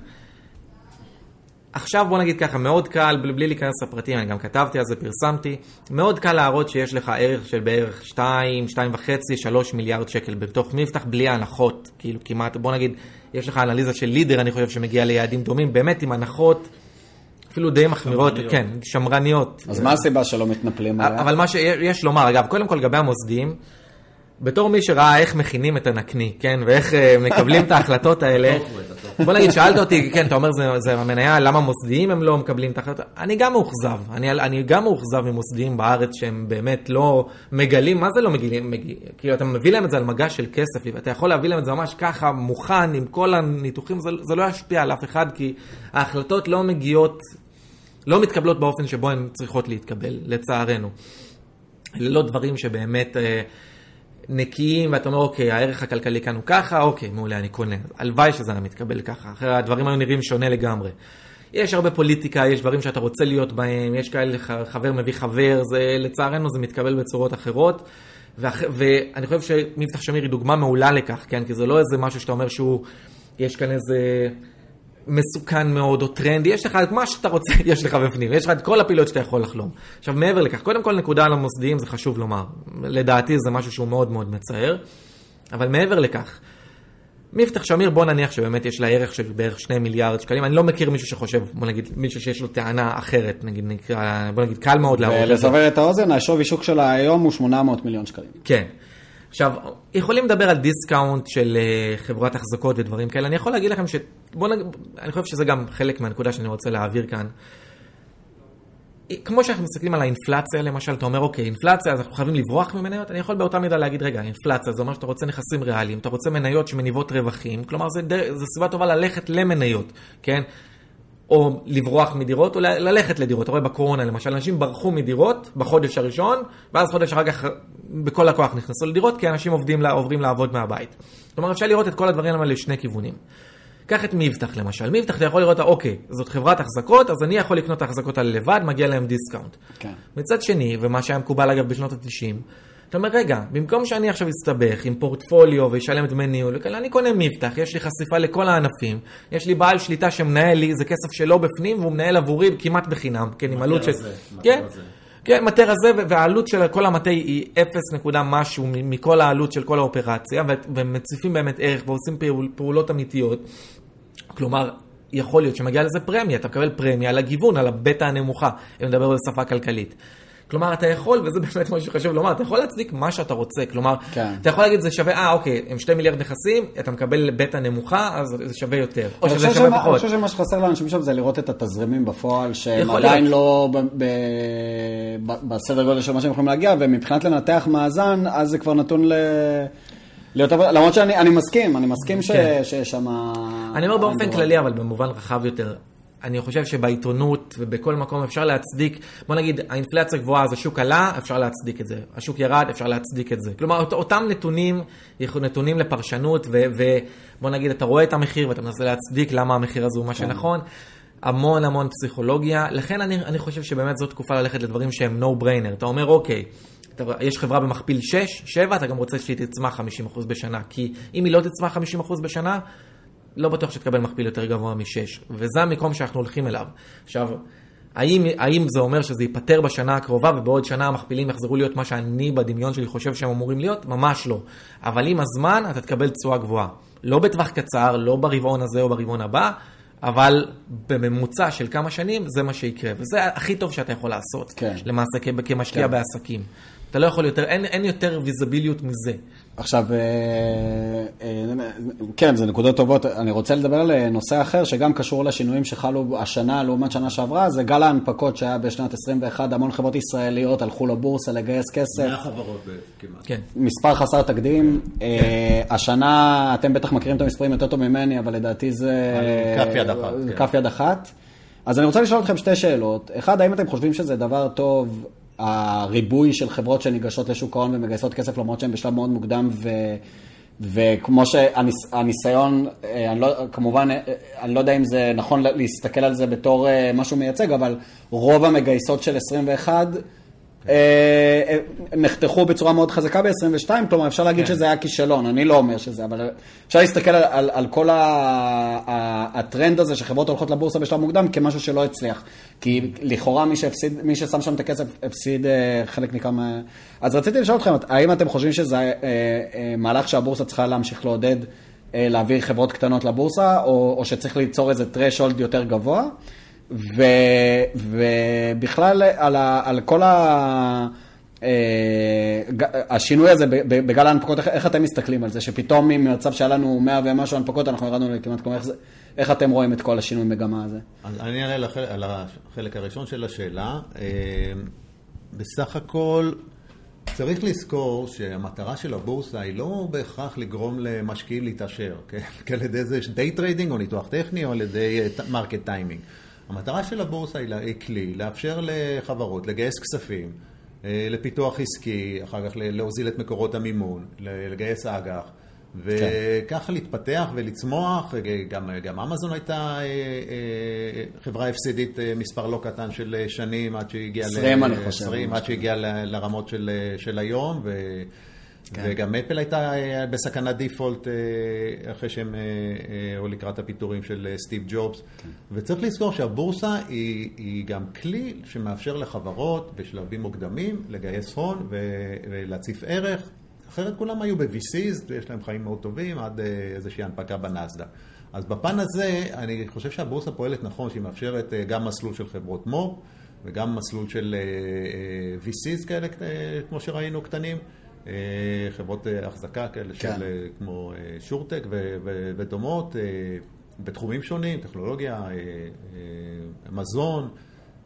עכשיו בוא נגיד ככה, מאוד קל, בלי להיכנס לפרטים, אני גם כתבתי על זה, פרסמתי, מאוד קל להראות שיש לך ערך של בערך שתיים, שתיים וחצי, שלוש מיליארד שקל בתוך מבטח, בלי הנחות, כאילו כמעט, בוא נגיד, יש לך אנליזה של לידר, אני חושב שמגיע ליעדים דומים, באמת עם הנחות, אפילו די מחמירות, כן, שמרניות. אז מה הסיבה שלא מתנפלים עליה? אבל מה שיש לומר, אגב, קודם כל לגבי המוסדים, בתור מי שראה איך מכינים את הנקני, כן, ואיך מקבלים את ההחלטות האלה, בוא נגיד, שאלת אותי, כן, אתה אומר, זה, זה המניה, למה מוסדיים הם לא מקבלים את ההחלטות? אני גם מאוכזב, אני, אני גם מאוכזב ממוסדיים בארץ שהם באמת לא מגלים, מה זה לא מגלים? מג... כאילו, אתה מביא להם את זה על מגע של כסף, ואתה יכול להביא להם את זה ממש ככה, מוכן, עם כל הניתוחים, זה, זה לא ישפיע על אף אחד, כי ההחלטות לא מגיעות, לא מתקבלות באופן שבו הן צריכות להתקבל, לצערנו. אלה לא דברים שבאמת... נקיים, ואתה אומר, אוקיי, הערך הכלכלי כאן הוא ככה, אוקיי, מעולה, אני קונה. הלוואי שזה היה מתקבל ככה, אחרי הדברים היו נראים שונה לגמרי. יש הרבה פוליטיקה, יש דברים שאתה רוצה להיות בהם, יש כאלה חבר מביא חבר, זה, לצערנו זה מתקבל בצורות אחרות, ואח, ואני חושב שמבטח שמיר היא דוגמה מעולה לכך, כן? כי זה לא איזה משהו שאתה אומר שהוא, יש כאן איזה מסוכן מאוד, או טרנדי, יש לך את מה שאתה רוצה, יש לך בפנים, יש לך את כל הפעילות שאתה יכול לחלום. עכשיו, מעבר לכך, קודם כל נקודה על המוסדיים, זה חשוב לומר. לדעתי זה משהו שהוא מאוד מאוד מצער, אבל מעבר לכך, מבטח שמיר, בוא נניח שבאמת יש לה ערך של בערך שני מיליארד שקלים, אני לא מכיר מישהו שחושב, בוא נגיד, מישהו שיש לו טענה אחרת, נגיד, בוא נגיד, קל מאוד להראות. ולסבר את האוזן, השווי שוק שלה היום הוא שמונה מאות מיליון שקלים. כן. עכשיו, יכולים לדבר על דיסקאונט של חברת החזקות ודברים כאלה. אני יכול להגיד לכם ש... בוא נגיד, אני חושב שזה גם חלק מהנקודה שאני רוצה להעביר כאן. כמו שאנחנו מסתכלים על האינפלציה, למשל, אתה אומר, אוקיי, אינפלציה, אז אנחנו חייבים לברוח ממניות. אני יכול באותה מידה להגיד, רגע, אינפלציה, זה אומר שאתה רוצה נכסים ריאליים, אתה רוצה מניות שמניבות רווחים, כלומר, זה, זה סיבה טובה ללכת למניות, כן? או לברוח מדירות, או ללכת לדירות. אתה רואה בקורונה, למשל, אנשים ברחו מדירות בחודש הראשון, ואז חודש אחר כך בכל הכוח נכנסו לדירות, כי אנשים עובדים, עוברים לעבוד מהבית. כלומר, אפשר לראות את כל הדברים האלה לשני כיוונים. קח את מבטח, למשל. מבטח, אתה יכול לראות, אוקיי, זאת חברת החזקות, אז אני יכול לקנות את החזקות האלה לבד, מגיע להם דיסקאונט. כן. מצד שני, ומה שהיה מקובל, אגב, בשנות ה-תשעים, אתה אומר, רגע, במקום שאני עכשיו אסתבך עם פורטפוליו וישלם דמי ניהול, אני קונה מבטח, יש לי חשיפה לכל הענפים, יש לי בעל שליטה שמנהל לי, זה כסף שלא בפנים, והוא מנהל עבורי כמעט בחינם, כן, עם עלות של... כן, כן, מטר הזה, והעלות של כל המטה היא אפס נקודה משהו מכל העלות של כל האופרציה, ומציפים באמת ערך ועושים פעולות אמיתיות. כלומר, יכול להיות שמגיע לזה פרמיה, אתה מקבל פרמיה על הגיוון, על הבטא הנמוכה, אם נדבר בשפה כלכלית. כלומר, אתה יכול, וזה באמת משהו חשוב לומר, אתה יכול להצדיק מה שאתה רוצה, כלומר, כן. אתה יכול להגיד, זה שווה, אה, אוקיי, עם שתי מיליארד נכסים, אתה מקבל בטא נמוכה, אז זה שווה יותר, או שזה שווה פחות. אני חושב שמה שחסר לאנשים שם זה לראות את התזרימים בפועל, שהם עדיין לא בסדר גודל של מה שהם יכולים להגיע, ומבחינת לנתח מאזן, אז זה כבר נתון ל... למרות שאני מסכים, אני מסכים שיש שם... אני אומר באופן כללי, אבל במובן רחב יותר, אני חושב שבעיתונות ובכל מקום אפשר להצדיק, בוא נגיד, האינפלציה גבוהה, אז השוק עלה, אפשר להצדיק את זה. השוק ירד, אפשר להצדיק את זה. כלומר, אותם נתונים, נתונים לפרשנות, ובוא נגיד, אתה רואה את המחיר, ואתה מנסה להצדיק למה המחיר הזה הוא מה שנכון. המון המון פסיכולוגיה. לכן אני, אני חושב שבאמת זאת תקופה ללכת לדברים שהם no brainer. אתה אומר, אוקיי, יש חברה במכפיל שש, שבע, אתה גם רוצה שהיא תצמח חמישים אחוז בשנה. כי אם היא לא תצמח חמישים אחוז בשנה, לא בטוח שתקבל מכפיל יותר גבוה משש. וזה המקום שאנחנו הולכים אליו. עכשיו, האם, האם זה אומר שזה ייפטר בשנה הקרובה, ובעוד שנה המכפילים יחזרו להיות מה שאני בדמיון שלי חושב שהם אמורים להיות? ממש לא. אבל עם הזמן אתה תקבל תשואה גבוהה. לא בטווח קצר, לא ברבעון הזה או ברבעון הבא, אבל בממוצע של כמה שנים זה מה שיקרה. וזה הכי טוב שאתה יכול לעשות. כן. למעשה כמשקיע כן. בעסקים. אתה לא יכול יותר, אין, אין יותר ויזביליות מזה. עכשיו, כן, זה נקודות טובות. אני רוצה לדבר על נושא אחר, שגם קשור לשינויים שחלו השנה, לעומת שנה שעברה, זה גל ההנפקות שהיה בשנת עשרים ואחת, המון חברות ישראליות הלכו לבורסה לגייס כסף. מאה חברות כמעט. כן. מספר חסר תקדים. השנה, אתם בטח מכירים את המספרים יותר טוב ממני, אבל לדעתי זה... כף יד אחת. כף יד אחת. אז אני רוצה לשאול אתכם שתי שאלות. אחד, האם אתם חושבים שזה דבר טוב הריבוי של חברות שניגשות לשוק ההון ומגייסות כסף למרות שהן בשלב מאוד מוקדם ו... וכמו שהניסיון, אני לא, כמובן, אני לא יודע אם זה נכון להסתכל על זה בתור משהו מייצג, אבל רוב המגייסות של עשרים ואחת נחתכו בצורה מאוד חזקה ב-עשרים ושתיים, כלומר אפשר להגיד שזה היה כישלון, אני לא אומר שזה, אבל אפשר להסתכל על, על, על כל הטרנד הזה שחברות הולכות לבורסה בשלב מוקדם כמשהו שלא הצליח, כי לכאורה מי שהפסיד, מי ששם שם את הכסף הפסיד חלק ניכר מה... אז רציתי לשאול אתכם, האם אתם חושבים שזה מהלך שהבורסה צריכה להמשיך לעודד להעביר חברות קטנות לבורסה, או, או שצריך ליצור איזה threshold יותר גבוה? ו, ובכלל על, ה, על כל ה, השינוי הזה בגל ההנפקות, איך, איך אתם מסתכלים על זה? שפתאום ממצב שהיה לנו מאה ומשהו הנפקות, אנחנו ירדנו לכמעט כמו, איך, איך אתם רואים את כל השינוי מגמה הזה? אני אענה על החלק הראשון של השאלה. בסך הכל, צריך לזכור שהמטרה של הבורסה היא לא בהכרח לגרום למשקיעים להתעשר, על ידי זה די טריידינג או ניתוח טכני או על ידי מרקט טיימינג. המטרה של הבורסה היא כלי, לאפשר לחברות, לגייס כספים, לפיתוח עסקי, אחר כך להוזיל את מקורות המימון, לגייס אג"ח, וככה להתפתח ולצמוח. גם, גם אמזון הייתה חברה הפסידית מספר לא קטן של שנים, עד שהגיעה עשרים, אני חושב. עשרים, עד שהגיעה לרמות של, של היום, ו... כן. וגם אפל הייתה בסכנת דיפולט אחרי שהם, או לקראת הפיטורים של סטיב ג'ובס. כן. וצריך לזכור שהבורסה היא, היא גם כלי שמאפשר לחברות בשלבים מוקדמים לגייס הון ולהציף ערך. אחרת כולם היו ב-וי סי'ס, ויש להם חיים מאוד טובים עד איזושהי הנפקה בנאסד"ק. אז בפן הזה אני חושב שהבורסה פועלת נכון, שהיא מאפשרת גם מסלול של חברות מו"פ וגם מסלול של וי סי'ס כאלה, כמו שראינו, קטנים. חברות החזקה כאלה כן. של כמו שורטק ו- ו- ודומות בתחומים שונים, טכנולוגיה, מזון,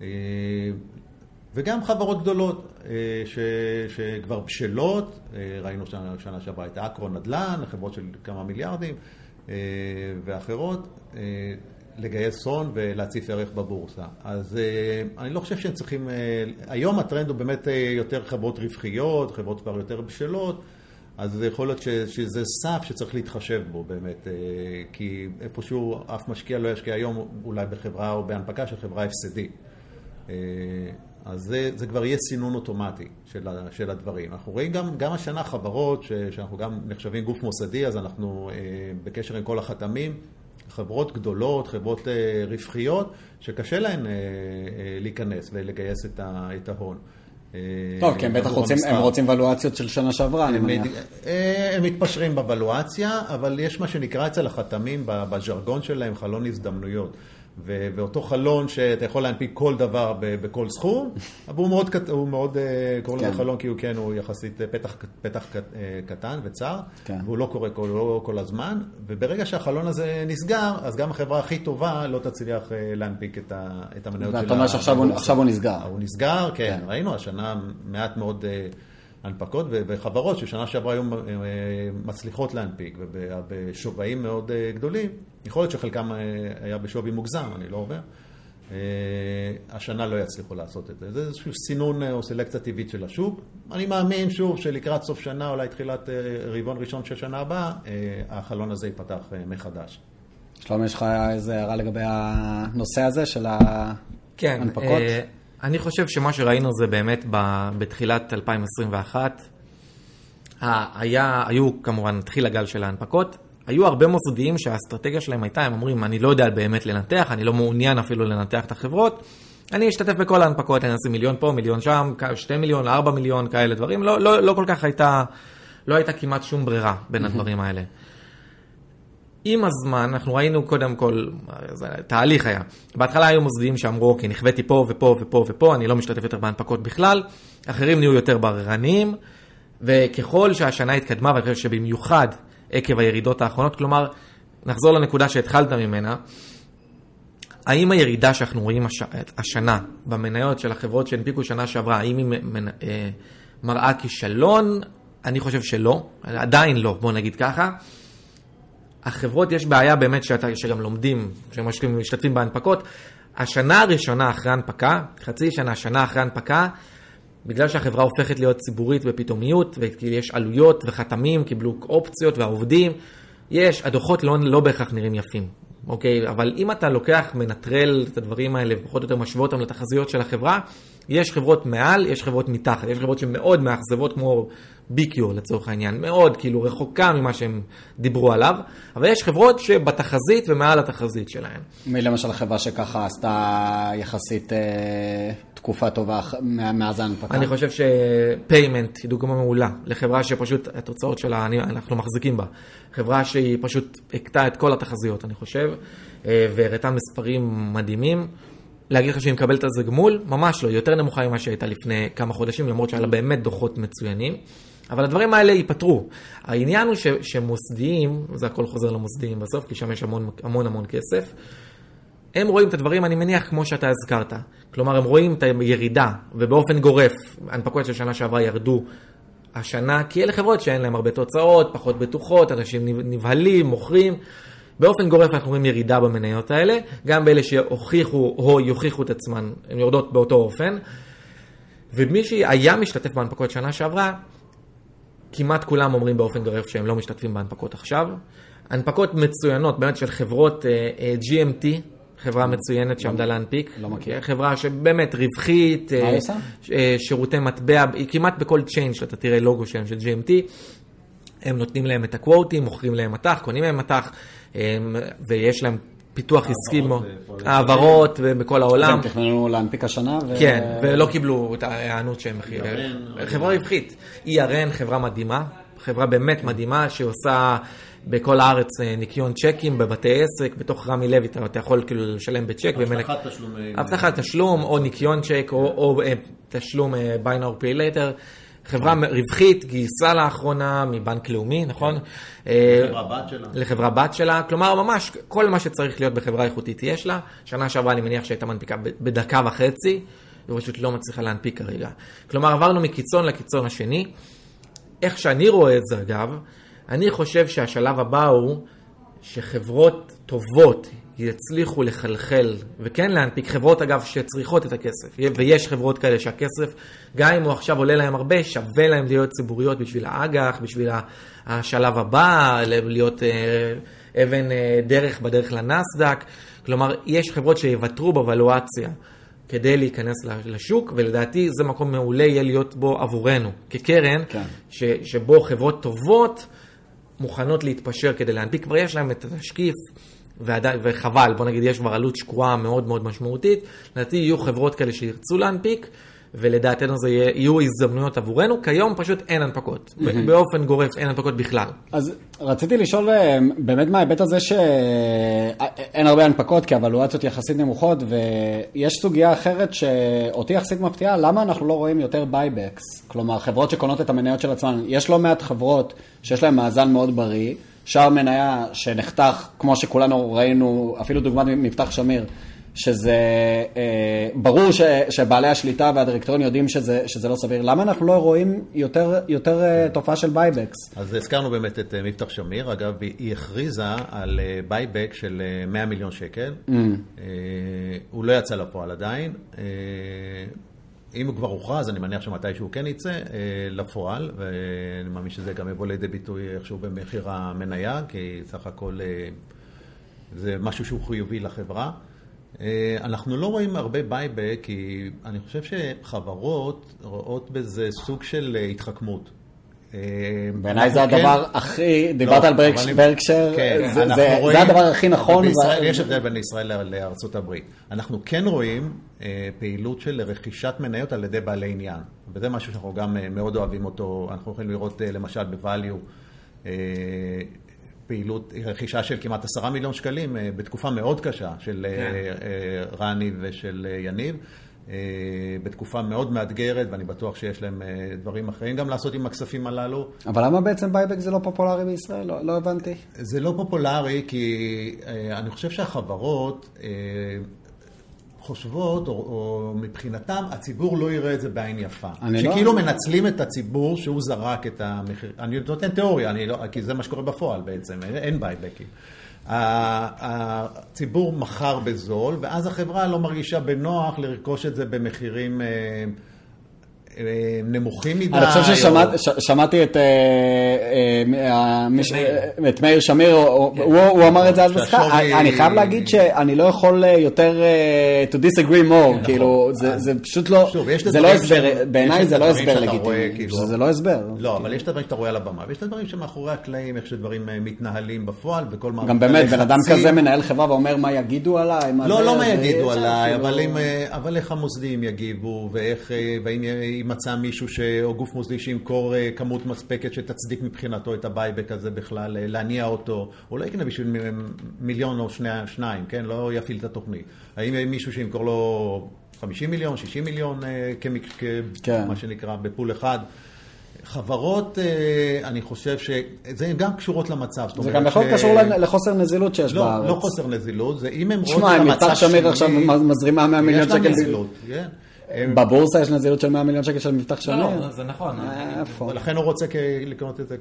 וגם חברות גדולות ש- שכבר בשלות. ראינו שנה, שנה שעברה את אקרו נדל"ן, חברות של כמה מיליארדים ואחרות, לגייס הון ולהציף ערך בבורסה. אז אני לא חושב שהם צריכים, היום הטרנד הוא באמת יותר חברות רווחיות, חברות כבר יותר בשלות, אז יכול להיות שזה סף שצריך להתחשב בו באמת, כי איפשהו אף משקיע לא ישקיע היום אולי בחברה או בהנפקה של חברה הפסדית. אז זה, זה כבר יהיה סינון אוטומטי של, של הדברים. אנחנו רואים גם, גם השנה חברות ש, שאנחנו גם נחשבים גוף מוסדי, אז אנחנו בקשר עם כל החתמים, חברות גדולות, חברות רווחיות, שקשה להן להיכנס ולגייס את ההון. טוב, כי הם בטח רוצים, הם רוצים ולואציות של שנה שעברה, אני מניח. הם מתפשרים בוולואציה, אבל יש מה שנקרא אצל החתמים בז'רגון שלהם חלון הזדמנויות. ואותו חלון שאתה יכול להנפיק כל דבר בכל סכום, אבל הוא מאוד, הוא מאוד קורא לזה חלון, כי הוא כן, הוא יחסית פתח, פתח קטן וצר, והוא לא קורה כל, לא כל הזמן, וברגע שהחלון הזה נסגר, אז גם החברה הכי טובה לא תצליח להנפיק את, ה, את המניות שלה. ואתה אומר שעכשיו הוא נסגר. הוא נסגר, כן, ראינו השנה מעט מאוד הנפקות, וחברות ששנה שעברה היו מצליחות להנפיק, ובשווים מאוד גדולים, יכול להיות שחלקם היה בשווי מוגזם, אני לא עובר. השנה לא יצליחו לעשות את זה. זה איזשהו סינון או סלקציה טבעית של השוק. אני מאמין שוב שלקראת סוף שנה, אולי תחילת רבעון ראשון של שנה הבאה, החלון הזה ייפתח מחדש. שלום, יש לך איזה הערה לגבי הנושא הזה של ההנפקות? כן, אני חושב שמה שראינו זה באמת בתחילת אלפיים עשרים ואחת, היה, היו כמובן, התחיל הגל של ההנפקות, היו הרבה מוסדיים שהאסטרטגיה שלהם הייתה, הם אומרים, אני לא יודע באמת לנתח, אני לא מעוניין אפילו לנתח את החברות, אני אשתתף בכל ההנפקות, אני אעשה מיליון פה, מיליון שם, שתי מיליון, ארבע מיליון, כאלה דברים, לא, לא, לא כל כך הייתה, לא הייתה כמעט שום ברירה בין הדברים האלה. עם הזמן, אנחנו ראינו קודם כל, זה תהליך היה. בהתחלה היו מוסדיים שאמרו, אוקיי, נכוויתי פה ופה ופה ופה, אני לא משתתף יותר בהנפקות בכלל. אחרים נהיו יותר בררניים, וככל שהשנה התקדמה, ואני חושב שבמיוחד עקב הירידות האחרונות, כלומר, נחזור לנקודה שהתחלת ממנה, האם הירידה שאנחנו רואים הש... השנה במניות של החברות שהנפיקו שנה שעברה, האם היא מנ... מראה כישלון? אני חושב שלא, עדיין לא, בוא נגיד ככה. החברות יש בעיה באמת שאתה, שגם לומדים, שמשקיעים ומשתתפים בהנפקות. השנה הראשונה אחרי הנפקה, חצי שנה, שנה אחרי הנפקה, בגלל שהחברה הופכת להיות ציבורית בפתאומיות, ויש עלויות וחתמים, קיבלו אופציות והעובדים, יש, הדוחות לא, לא בהכרח נראים יפים. אוקיי, אבל אם אתה לוקח, מנטרל את הדברים האלה, ופחות או יותר משווה אותם לתחזיות של החברה, יש חברות מעל, יש חברות מתחת, יש חברות שמאוד מאכזבות כמו ביקיו לצורך העניין, מאוד כאילו רחוקה ממה שהם דיברו עליו, אבל יש חברות שבתחזית ומעל התחזית שלהן. מי למשל חברה שככה עשתה יחסית אה, תקופה טובה מאז ההנפקה? אני חושב שפיימנט היא דוגמה מעולה לחברה שפשוט התוצאות שלה, אני, אנחנו מחזיקים בה. חברה שהיא פשוט הקטעה את כל התחזיות, אני חושב, אה, והראתה מספרים מדהימים. להגיד לך שהיא מקבלת על זה גמול, ממש לא, יותר נמוכה ממה שהייתה לפני כמה חודשים, למרות שהיה לה באמת דוחות מצוינים, אבל הדברים האלה ייפטרו. העניין הוא ש, שמוסדיים, זה הכל חוזר למוסדיים בסוף, כי שם יש המון המון, המון כסף, הם רואים את הדברים, אני מניח, כמו שאתה הזכרת. כלומר, הם רואים את הירידה, ובאופן גורף, הנפקות של שנה שעברה ירדו השנה, כי אלה חברות שאין להם הרבה תוצאות, פחות בטוחות, אנשים נבהלים, מוכרים, באופן גורף אנחנו רואים ירידה במניות האלה, גם באלה שהוכיחו או יוכיחו את עצמן, הן יורדות באותו אופן, ומי שהיה משתתף בהנפקות שנה שעברה, כמעט כולם אומרים באופן גורף שהם לא משתתפים בהנפקות עכשיו. הנפקות מצוינות, באמת של חברות ג'י אם טי, חברה מצוינת שעמדה להנפיק. לא מכיר. חברה שבאמת רווחית, מה עושה? שירותי מטבע, כמעט בכל צ'יינג' שאתה תראה לוגו שלהם של ג'י אם טי, הם נותנים להם את הקוואטים, מוכרים להם מטח, קונים להם מטח, ויש להם פיתוח עסקי, העברות בכל העולם. הם תכננו להנפיק השנה. כן, ולא קיבלו את הענות שהם מכירים. חברה רווחית. אי אר אן, חברה מדהימה, חברה באמת מדהימה, שעושה בכל הארץ ניקיון צ'קים, בבתי עסק, בתוך רמי לוי, אתה יכול כאילו לשלם בצ'ק. הבטחת תשלום. הבטחת תשלום, או ניקיון צ'ק, או תשלום buy now pay later. חברה רווחית, גייסה לאחרונה מבנק לאומי, נכון? לחברה בת שלה. לחברה בת שלה, כלומר ממש כל מה שצריך להיות בחברה איכותית יש לה. שנה שעברה אני מניח שהייתה מנפיקה בדקה וחצי, ופשוט לא מצליחה להנפיק כרגע. כלומר עברנו מקיצון לקיצון השני. איך שאני רואה את זה אגב, אני חושב שהשלב הבא הוא שחברות טובות יצליחו לחלחל, וכן להנפיק חברות אגב שצריכות את הכסף, ויש חברות כאלה שהכסף, גם אם הוא עכשיו עולה להם הרבה, שווה להם להיות ציבוריות בשביל האג"ח, בשביל השלב הבא, להיות אבן דרך בדרך לנסדק, כלומר יש חברות שיוותרו בוולואציה, כדי להיכנס לשוק, ולדעתי זה מקום מעולה יהיה להיות בו עבורנו, כקרן, כן. ש, שבו חברות טובות מוכנות להתפשר כדי להנפיק, כבר יש להם את השקיף, וחבל, בוא נגיד, יש כבר עלות שקועה מאוד מאוד משמעותית, לדעתי יהיו חברות כאלה שירצו להנפיק, ולדעתנו זה יהיו הזדמנויות עבורנו, כיום פשוט אין הנפקות, באופן גורף אין הנפקות בכלל. אז רציתי לשאול באמת מההיבט הזה שאין הרבה הנפקות, כי הוולואציות יחסית נמוכות, ויש סוגיה אחרת שאותי יחסית מפתיעה, למה אנחנו לא רואים יותר בייבקס? כלומר, חברות שקונות את המניות של עצמן, יש לא מעט חברות שיש להן מאזן מאוד בריא, שער מניה שנחתך, כמו שכולנו ראינו, אפילו דוגמת מבטח שמיר, שזה אה, ברור ש, שבעלי השליטה והדירקטוריון יודעים שזה, שזה לא סביר. למה אנחנו לא רואים יותר, יותר אה, תופעה של בייבקס? אז הזכרנו באמת את אה, מבטח שמיר. אגב, היא הכריזה על אה, בייבק של אה, מאה מיליון שקל. Mm. אה, הוא לא יצא לפועל עדיין. אה, אם הוא כבר הוכרז, אני מניח שמתישהו כן יצא אה, לפועל, ואני מאמין שזה גם יבוא לידי ביטוי איכשהו במחיר המניה, כי סך הכל אה, זה משהו שהוא חיובי לחברה. אנחנו לא רואים הרבה בייבק, כי אני חושב שחברות רואות בזה סוג של התחכמות. בעיניי זה הדבר הכי, דיברת על ברקשר, זה הדבר הכי נכון. יש הבדל בין ישראל לארצות הברית. אנחנו כן רואים פעילות של רכישת מניות על ידי בעלי עניין, וזה משהו שאנחנו גם מאוד אוהבים אותו. אנחנו יכולים לראות למשל ב-value, פעילות, רכישה של כמעט עשרה מיליון שקלים בתקופה מאוד קשה של רני ושל יניב, בתקופה מאוד מאתגרת, ואני בטוח שיש להם דברים אחרים גם לעשות עם הכספים הללו. אבל למה בעצם בייבק זה לא פופולרי בישראל? לא, לא הבנתי. זה לא פופולרי כי אני חושב שהחברות חושבות, או, או מבחינתם, הציבור לא יראה את זה בעין יפה. שכאילו לא... מנצלים את הציבור שהוא זרק את המחיר. אני נותן תיאוריה, אני לא, כי זה מה שקורה בפועל בעצם, אין בייבקים. הציבור מחר בזול, ואז החברה לא מרגישה בנוח לרכוש את זה במחירים נמוכים מדי. אני חושב ששמעתי את מאיר שמיר, הוא אמר את זה אז בשיחה. אני חייב להגיד שאני לא יכול יותר to disagree more, כאילו, זה פשוט לא, זה לא הסבר, בעיניי זה לא הסבר לגיטימי, זה לא הסבר. לא, אבל יש את הדברים שאתה רואה על הבמה, ויש את הדברים שמאחורי הקלעים, איך שדברים מתנהלים בפועל, וכל מה... גם באמת, בן אדם כזה מנהל חברה ואומר מה יגידו עליי. לא, לא מה יגידו עליי, אבל איך המוסדים יגיבו, ואיך, והאם יימצא מישהו או גוף מוסדי שימכור כמות מספקת שתצדיק מבחינתו את הבייבק הזה בכלל, להניע אותו, או לא יקנה בשביל מיליון או שני, שניים, כן? לא יפעיל את התוכנית. האם מישהו שימכור לו חמישים מיליון, שישים מיליון, כמה שנקרא, בפול אחד? חברות, אני חושב שזה גם קשורות למצב. זה גם יכול קשור לחוסר נזילות שיש בארץ. לא חוסר נזילות, זה אם הם רואים את המצב... שמע, מבטח שמיר עכשיו מזרימה מאה מיליון שקל. יש לה נזילות, כן. בבורסה יש נזילות של מאה מיליון שקל של מבטח שמיר? לא, זה נכון. ולכן הוא רוצה לקנות את זה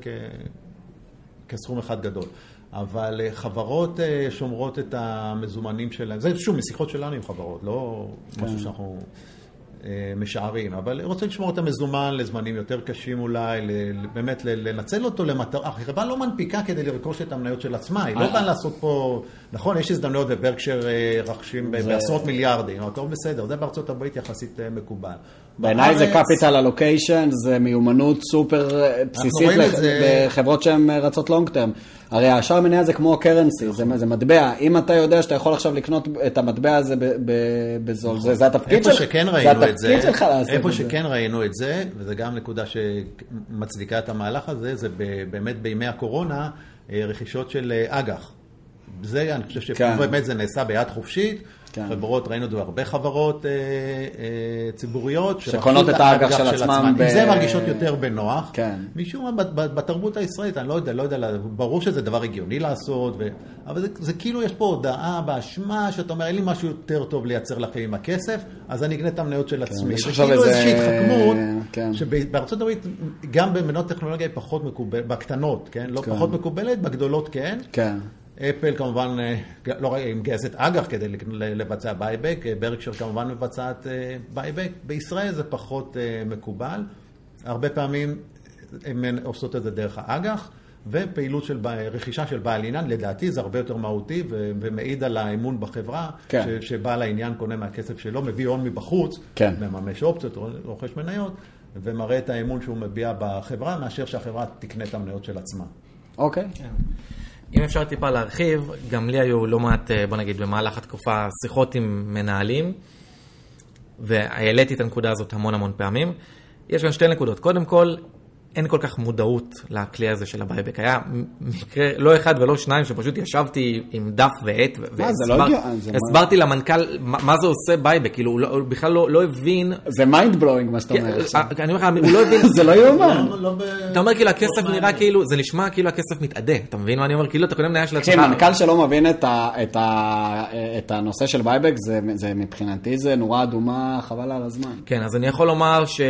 כסכום אחד גדול. אבל חברות שומרות את המזומנים שלהם. זה שוב, משיחות שלנו עם חברות, לא משהו שאנחנו משערים. אבל רוצה לשמור את המזומן לזמנים יותר קשים אולי, באמת לנצל אותו למטרה. החברה לא מנפיקה כדי לרכוש את המניות של עצמה. היא לא באה לעשות פה... נכון, יש הזדמנויות וברקשר רכשים בעשרות מיליארדים. הכל בסדר, זה בארצות הברית יחסית מקובל. בעיניי זה capital allocation, זה מיומנות סופר בסיסית לחברות שהן רצות long term. הרי השאר מניה זה כמו currency, זה מטבע. אם אתה יודע שאתה יכול עכשיו לקנות את המטבע הזה בזול, זה התפקיד שלך. איפה שכן ראינו את זה, וזה גם נקודה שמצדיקה את המהלך הזה, זה באמת בימי הקורונה, רכישות של אג"ח. זה, אני חושב שבאמת זה נעשה ביד חופשית, חברות, ראינו את הרבה חברות ציבוריות שקונות את האג"ח של עצמם. עם זה מרגישות יותר בנוח. משום מה, בתרבות הישראלית, אני לא יודע, לא יודע, ברור שזה דבר הגיוני לעשות, אבל זה כאילו יש פה הודעה באשמה, שאתה אומר, אין לי משהו יותר טוב לייצר לכם עם הכסף, אז אני אקנה את המניות של עצמי. זה כאילו איזושהי התחכמות, שבארצות הברית, גם במדינות טכנולוגיה היא פחות מקובלת, בקטנות, כן? לא פחות מקובלת, בגדולות כן. כן. אפל כמובן לא רק מגייסת אג"ח כדי לבצע בייבק, ברקשר כמובן מבצעת בייבק, בישראל זה פחות מקובל, הרבה פעמים הן עושות את זה דרך האג"ח, ופעילות של רכישה של בעל עניין, לדעתי זה הרבה יותר מהותי ומעיד על האמון בחברה, כן. שבעל העניין קונה מהכסף שלו, מביא הון מבחוץ, כן. מממש אופציות, רוכש מניות, ומראה את האמון שהוא מביע בחברה, מאשר שהחברה תקנה את המניות של עצמה. אוקיי. כן. אם אפשר טיפה להרחיב, גם לי היו לא מעט, בוא נגיד, במהלך התקופה, שיחות עם מנהלים, והעליתי את הנקודה הזאת המון המון פעמים. יש כאן שתי נקודות. קודם כל, אין כל כך מודעות לכלי הזה של הבייבק. היה מקרה, לא אחד ולא שניים, שפשוט ישבתי עם דף ועט, והסברתי למנכ"ל מה זה עושה בייבק, כאילו הוא בכלל לא הבין... זה מיינד בלואינג מה שאתה אומר. אני אומר לך, הוא לא הבין... זה לא יאומן. אתה אומר כאילו הכסף נראה כאילו, זה נשמע כאילו הכסף מתעדה, אתה מבין מה אני אומר? כאילו אתה קונה מניה של עצמך. מנכ"ל שלא מבין את הנושא של בייבק, זה מבחינתי זה נורא אדומה, חבל על הזמן. כן, אז אני יכול לומר ש...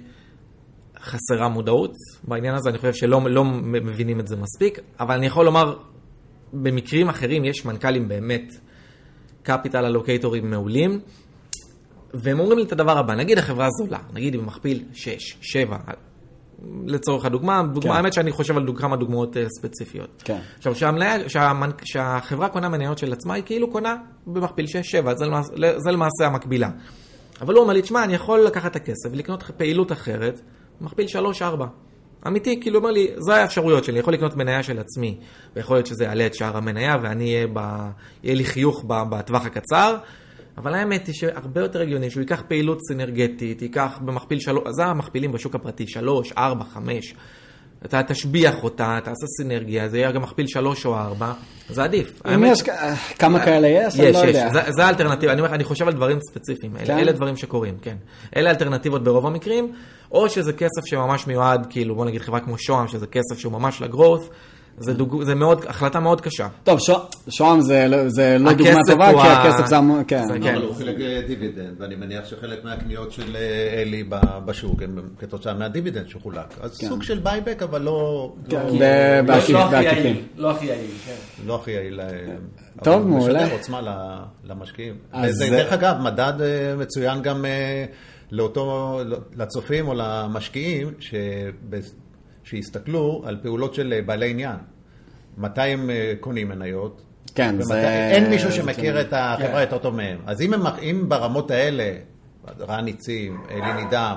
חסרה מודעות, בעניין הזה אני חושב שלא לא מבינים את זה מספיק, אבל אני יכול לומר, במקרים אחרים יש מנכ"לים באמת, קפיטל אלוקייטורים מעולים, והם אומרים לי את הדבר הבא, נגיד החברה זולה, נגיד אם מכפיל שש, שבע, לצורך הדוגמה, דוגמה, האמת שאני חושב על כמה דוגמאות ספציפיות. כן. עכשיו, שהמניה, שהמנ... שהחברה קונה מניות של עצמה, היא כאילו קונה במכפיל שש, שבע, זה למעשה, זה למעשה המקבילה. אבל הוא אומר לי, תשמע, אני יכול לקחת את הכסף ולקנות פעילות אחרת, מכפיל שלוש, ארבע. אמיתי, כאילו אומר לי, זה האפשרויות שלי, יכול לקנות מניה של עצמי, ויכול להיות שזה יעלה את שער המניה, ואני אהיה, ב... יהיה לי חיוך בטווח הקצר, אבל האמת היא שהרבה יותר הגיוני, שהוא ייקח פעילות סינרגטית, ייקח במכפיל שלוש, זה המכפילים בשוק הפרטי, שלוש, ארבע, חמש, אתה תשביח אותה, תעשה סינרגיה, זה יהיה גם מכפיל שלוש או ארבע, זה עדיף. אם יש כמה כאלה יש, אני לא יודע. זה האלטרנטיבה, אני חושב על דברים ספציפיים, אלה דברים שקורים, כן. אלה האלטרנטיבות ברוב המקרים, או שזה כסף שממש מיועד, כאילו בוא נגיד חברה כמו שוהם, שזה כסף שהוא ממש לגרוס, זה, דוג... זה מאוד, החלטה מאוד קשה. טוב, ש... שוהם זה, זה לא דוגמה טובה, כי הכסף זה... כן. זה כן. הוא חלק דיבידנד, ואני מניח שחלק מהקניות של אלי בשוק, הם כתוצאה מהדיבידנד שחולק. אז כן. סוג של בייבק, אבל לא... כן, לא, בעקיפין. לא הכי יעיל. לא הכי יעיל, כן. לא הכי יעיל. טוב, מעולה. משדר עוצמה למשקיעים. אז... זה דרך אגב, מדד מצוין גם... לאותו, לצופים או למשקיעים שיסתכלו על פעולות של בעלי עניין. מתי הם קונים מניות? כן, ומתי, זה... אין מישהו שמכיר זה... את החברה yeah. יותר טוב מהם. אז אם, הם, אם ברמות האלה, רן ניצים, אלי נידם,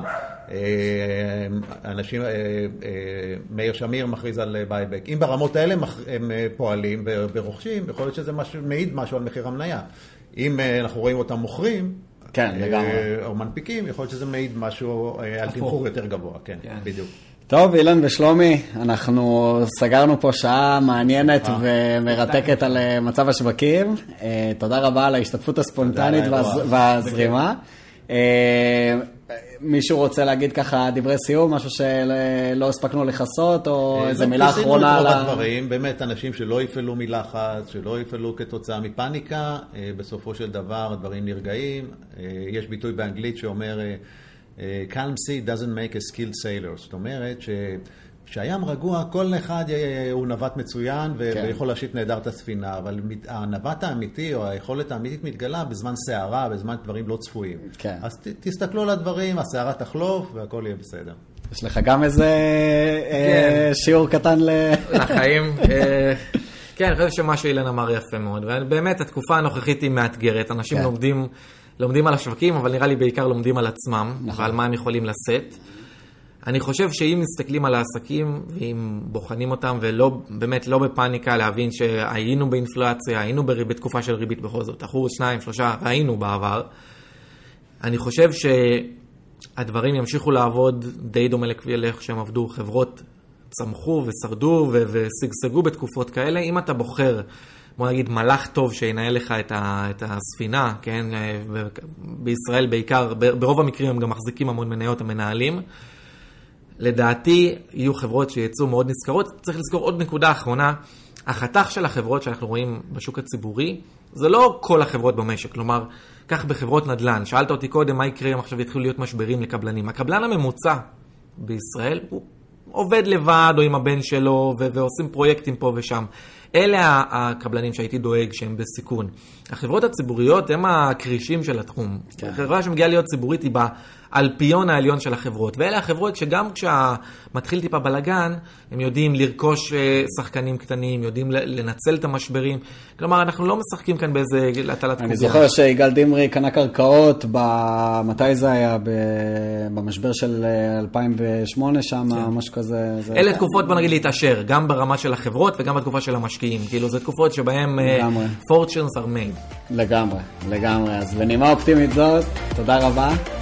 אנשים, מאיר שמיר מכריז על בייבק, אם ברמות האלה הם פועלים ורוכשים, יכול להיות שזה משהו, מעיד משהו על מחיר המניה. אם אנחנו רואים אותם מוכרים, כן, לגמרי. או מנפיקים, יכול להיות שזה מעיד משהו על תמחור יותר גבוה, כן, כן. בדיוק. טוב, אילן ושלומי, אנחנו סגרנו פה שעה מעניינת ומרתקת על מצב השווקים. תודה רבה על ההשתתפות הספונטנית והזרימה. מישהו רוצה להגיד ככה דברי סיום, משהו שלא הספקנו לחסות, או איזו מילה אחרונה? עשינו את רוב הדברים, באמת אנשים שלא יפעלו מלחץ, שלא יפעלו כתוצאה מפניקה, בסופו של דבר הדברים נרגעים. יש ביטוי באנגלית שאומר, calm sea doesn't make a skilled sailor, זאת אומרת ש... שהים רגוע, כל אחד הוא נווט מצוין כן. ויכול להשיט נהדר את הספינה, אבל הנווט האמיתי או היכולת האמיתית מתגלה בזמן סערה, בזמן דברים לא צפויים. כן. אז ת, תסתכלו על הדברים, הסערה תחלוף והכל יהיה בסדר. יש לך גם איזה כן. אה, שיעור קטן לחיים. אה, כן, אני חושב שמה שאילן אמר יפה מאוד, ובאמת התקופה הנוכחית היא מאתגרת, אנשים כן. לומדים, לומדים על השווקים, אבל נראה לי בעיקר לומדים על עצמם, נכון. ועל מה הם יכולים לשאת. אני חושב שאם מסתכלים על העסקים, ואם בוחנים אותם, ולא, באמת לא בפאניקה להבין שהיינו באינפלציה, היינו בתקופה של ריבית בכל זאת, אחוז, שניים, שלושה, היינו בעבר, אני חושב שהדברים ימשיכו לעבוד די דומה לכביילך שהם עבדו, חברות צמחו ושרדו וסגסגו בתקופות כאלה. אם אתה בוחר, בוא נגיד, מלאך טוב שינהל לך את, ה, את הספינה, כן? בישראל בעיקר, ברוב המקרים הם גם מחזיקים המון מניות המנהלים, לדעתי יהיו חברות שיצאו מאוד נזכרות. צריך לזכור עוד נקודה אחרונה, החתך של החברות שאנחנו רואים בשוק הציבורי, זה לא כל החברות במשק, כלומר, כך בחברות נדל"ן, שאלת אותי קודם מה יקרה אם עכשיו יתחילו להיות משברים לקבלנים. הקבלן הממוצע בישראל הוא עובד לבד או עם הבן שלו ו- ועושים פרויקטים פה ושם. אלה הקבלנים שהייתי דואג שהם בסיכון. החברות הציבוריות הם הקרישים של התחום. כן. החברה שמגיעה להיות ציבורית היא באלפיון העליון של החברות. ואלה החברות שגם כשמתחיל טיפה בלגן, הם יודעים לרכוש שחקנים קטנים, יודעים לנצל את המשברים. כלומר, אנחנו לא משחקים כאן באיזה הטלת קוביה. אני זוכר שיגאל דמרי קנה קרקעות, מתי זה היה? במשבר של אלפיים ושמונה שם, משהו כזה. אלה תקופות, בוא נגיד, להתעשר, גם ברמה של החברות וגם בתקופה של המשקיעים. כאילו, זה תקופות שבהם fortunes are made. לגמרי, לגמרי. אז בנימה אופטימית זאת, תודה רבה.